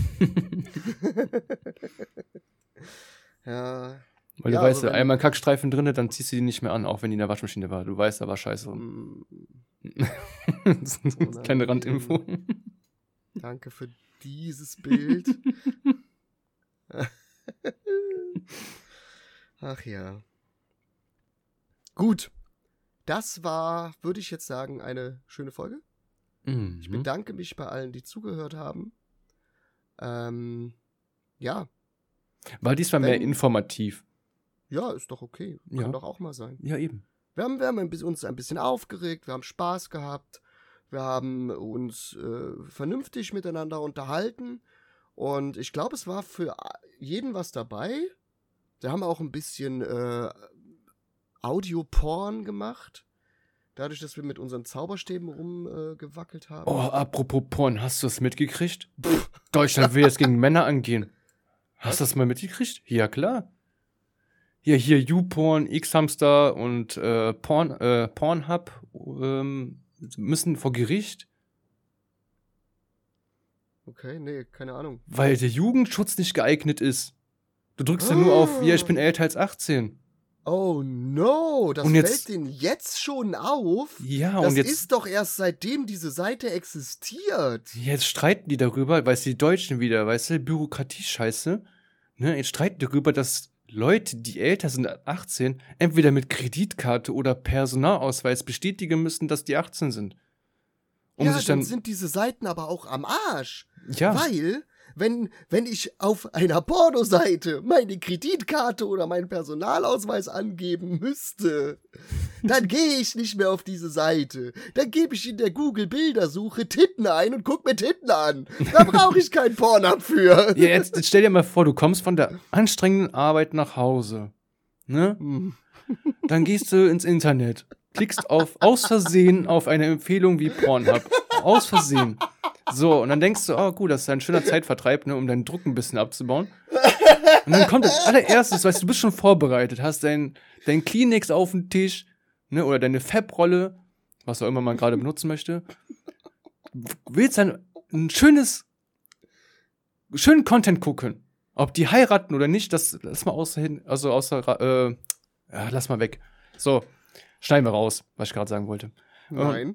Ja. Weil Ja, du weißt, aber wenn- einmal ein Kackstreifen drin, dann ziehst du die nicht mehr an, auch wenn die in der Waschmaschine war. Du weißt, da war Scheiße drin. Mm, Das ist eine kleine Randinfo. Danke für dieses Bild. Ach ja. Gut. Das war, würde ich jetzt sagen, eine schöne Folge. Mhm. Ich bedanke mich bei allen, die zugehört haben. Ähm, ja. War diesmal Wenn, mehr informativ. Ja, ist doch okay. Kann Ja. doch auch mal sein. Ja, eben. Wir haben, wir haben ein bisschen, uns ein bisschen aufgeregt, wir haben Spaß gehabt, wir haben uns äh, vernünftig miteinander unterhalten und ich glaube, es war für jeden was dabei. Wir haben auch ein bisschen äh, Audio-Porn gemacht, dadurch, dass wir mit unseren Zauberstäben rumgewackelt äh, haben. Oh, apropos Porn, hast du das mitgekriegt? Deutschland will jetzt gegen Männer angehen. Hast du das mal mitgekriegt? Ja, klar. Ja, hier YouPorn, X-Hamster und äh, Porn, äh, Pornhub ähm, müssen vor Gericht, Okay, nee, keine Ahnung. weil der Jugendschutz nicht geeignet ist. Du drückst ja nur auf, ja, ich bin älter als achtzehn. Oh no, das Und jetzt- fällt denen jetzt schon auf? Ja, Das und jetzt, ist doch erst seitdem diese Seite existiert. jetzt streiten die darüber, weißt du, die Deutschen wieder, weißt du, Bürokratie-Scheiße. Ne, jetzt streiten die darüber, dass Leute, die älter sind als achtzehn, entweder mit Kreditkarte oder Personalausweis bestätigen müssen, dass die achtzehn sind. Um ja, sich dann dann, sind diese Seiten aber auch am Arsch. ja, Weil, wenn, wenn ich auf einer Pornoseite meine Kreditkarte oder meinen Personalausweis angeben müsste, dann gehe ich nicht mehr auf diese Seite. Dann gebe ich in der Google-Bildersuche Titten ein und guck mir Titten an. Da brauche ich kein Pornhub für. ja jetzt, jetzt stell dir mal vor, du kommst von der anstrengenden Arbeit nach Hause, ne? Hm. Dann gehst du ins Internet, klickst auf, aus Versehen auf eine Empfehlung wie Pornhub. Aus Versehen. So, und dann denkst du, oh gut, das ist ein schöner Zeitvertreib, ne, um deinen Druck ein bisschen abzubauen. Und dann kommt als allererstes, weißt du, du bist schon vorbereitet, hast dein, dein Kleenex auf dem Tisch, ne, oder deine Fab-Rolle, was auch immer man gerade benutzen möchte. Willst dann ein schönes, schönen Content gucken. Ob die heiraten oder nicht, das lass mal außer hin, also außer, äh, ja, lass mal weg. So, schneiden wir raus, was ich gerade sagen wollte. Nein.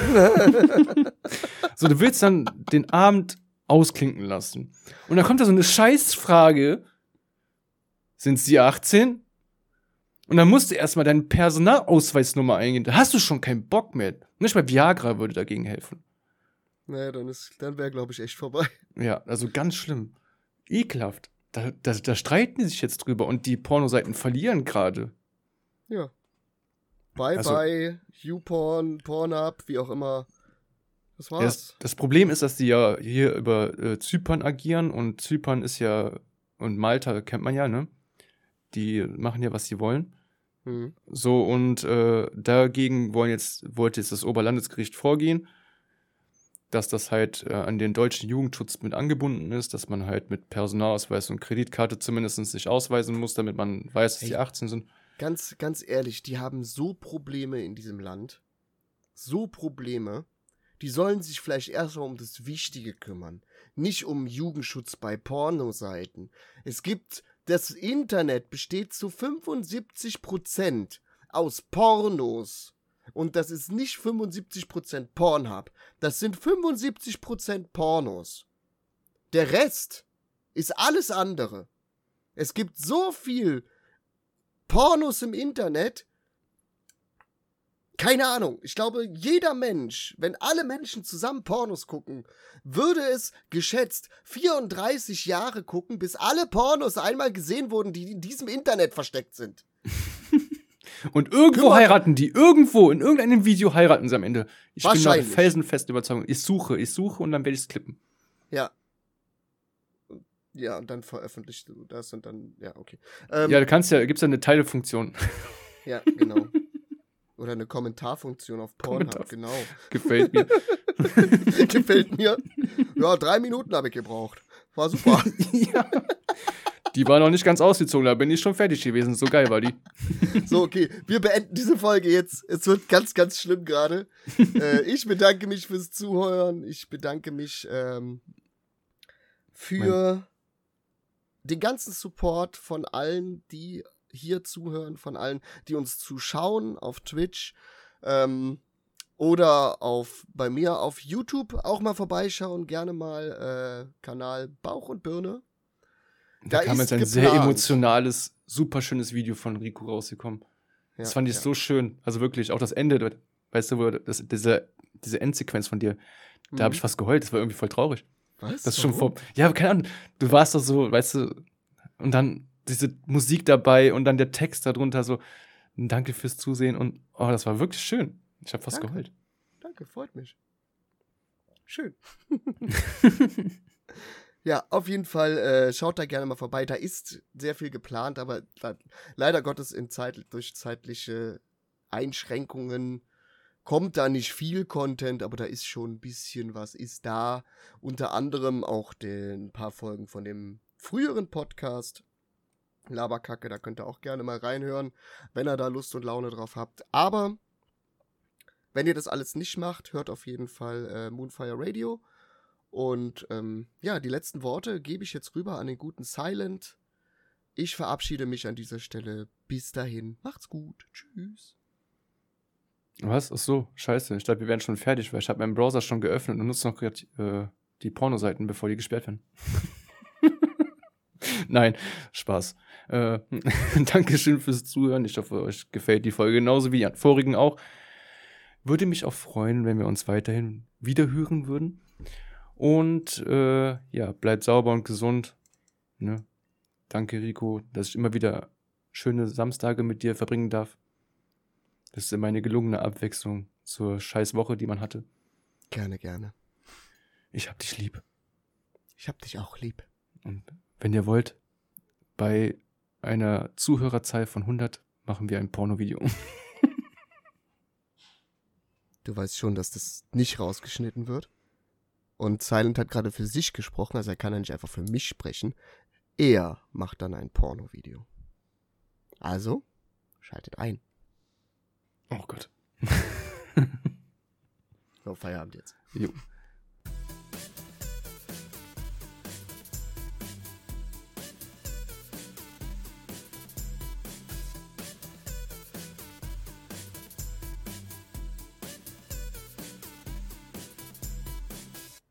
So, du willst dann den Abend ausklinken lassen. Und dann kommt da so eine Scheißfrage. Sind sie achtzehn? Und dann musst du erstmal deine Personalausweisnummer eingehen. Da hast du schon keinen Bock mehr. Nicht mal Viagra würde dagegen helfen. Naja, dann, ist- dann wäre, glaube ich, echt vorbei. Ja, also ganz schlimm. Ekelhaft. Da, da, da streiten die sich jetzt drüber und die Pornoseiten verlieren gerade. Ja. Bye, Also- bye, YouPorn, Pornhub, wie auch immer. Das Ja, war's. Das, das Problem ist, dass die ja hier über äh, Zypern agieren und Zypern ist ja, und Malta kennt man ja, ne? Die machen ja, was sie wollen. Hm. So, und äh, dagegen wollen jetzt, wollte jetzt das Oberlandesgericht vorgehen, dass das halt äh, an den deutschen Jugendschutz mit angebunden ist, dass man halt mit Personalausweis und Kreditkarte zumindest sich ausweisen muss, damit man weiß, dass Hey. die achtzehn sind. Ganz, ganz ehrlich, die haben so Probleme in diesem Land. So Probleme. Die sollen sich vielleicht erstmal um das Wichtige kümmern. Nicht um Jugendschutz bei Pornoseiten. Es gibt, das Internet besteht zu fünfundsiebzig Prozent aus Pornos. Und das ist nicht fünfundsiebzig Prozent Pornhub. Das sind fünfundsiebzig Prozent Pornos. Der Rest ist alles andere. Es gibt so viel Pornos im Internet. Keine Ahnung. Ich glaube, jeder Mensch, wenn alle Menschen zusammen Pornos gucken, würde es geschätzt vierunddreißig Jahre gucken, bis alle Pornos einmal gesehen wurden, die in diesem Internet versteckt sind. Und irgendwo Guck mal. heiraten die, irgendwo, in irgendeinem Video heiraten sie am Ende. Ich bin da Wahrscheinlich. felsenfest Überzeugung. Ich suche, ich suche und dann werde ich es klippen. Ja. Ja, und dann veröffentlichst du das und dann, ja, okay. Ähm, Ja, du kannst ja, gibt's ja eine Teilefunktion. ja, genau. Oder eine Kommentarfunktion auf Pornhub, Kommentar- genau. Gefällt mir. Gefällt mir. Ja, drei Minuten habe ich gebraucht. War super. Ja. Die war noch nicht ganz ausgezogen, da bin ich schon fertig gewesen. So geil war die. So, okay, wir beenden diese Folge jetzt. Es wird ganz, ganz schlimm gerade. äh, ich bedanke mich fürs Zuhören. Ich bedanke mich ähm, für den ganzen Support von allen, die hier zuhören, von allen, die uns zuschauen auf Twitch. Ähm, Oder auf, bei mir auf YouTube auch mal vorbeischauen. Gerne mal äh, Kanal Bauch und Birne. Da, da kam jetzt ein geplant. sehr emotionales, super schönes Video von Rico rausgekommen. Ja, das fand ich ja. so schön. Also wirklich, auch das Ende, weißt du, wo das, diese, diese Endsequenz von dir, mhm. da habe ich fast geheult. Das war irgendwie voll traurig. Was? Das ist schon vor. Ja, keine Ahnung. Du warst doch so, weißt du, und dann diese Musik dabei und dann der Text darunter so, danke fürs Zusehen und oh, das war wirklich schön. Ich habe fast danke. geheult. Danke, freut mich. Schön. Ja, auf jeden Fall äh, schaut da gerne mal vorbei. Da ist sehr viel geplant, aber da, leider Gottes in Zeit, durch zeitliche Einschränkungen kommt da nicht viel Content, aber da ist schon ein bisschen was ist da. Unter anderem auch den, ein paar Folgen von dem früheren Podcast Laberkacke, da könnt ihr auch gerne mal reinhören, wenn ihr da Lust und Laune drauf habt. Aber wenn ihr das alles nicht macht, hört auf jeden Fall äh, Moonfire Radio. Und ähm, ja, die letzten Worte gebe ich jetzt rüber an den guten Silent. Ich verabschiede mich an dieser Stelle. Bis dahin. Macht's gut. Tschüss. Was? Ach so, scheiße. Ich glaube, wir werden schon fertig, weil ich habe meinen Browser schon geöffnet und nutze noch gerade äh, die Pornoseiten, bevor die gesperrt werden. Nein, Spaß. Äh, Dankeschön fürs Zuhören. Ich hoffe, euch gefällt die Folge genauso wie die vorigen auch. Würde mich auch freuen, wenn wir uns weiterhin wiederhören würden. Und äh, ja, bleibt sauber und gesund. Ne? Danke, Rico, dass ich immer wieder schöne Samstage mit dir verbringen darf. Das ist immer eine gelungene Abwechslung zur scheiß Woche, die man hatte. Gerne, gerne. Ich hab dich lieb. Ich hab dich auch lieb. Und wenn ihr wollt, bei einer Zuhörerzahl von hundert machen wir ein Pornovideo. Du weißt schon, dass das nicht rausgeschnitten wird. Und Silent hat gerade für sich gesprochen, also er kann ja nicht einfach für mich sprechen. Er macht dann ein Porno-Video. Also, schaltet ein. Oh Gott. So, Feierabend jetzt. Jo.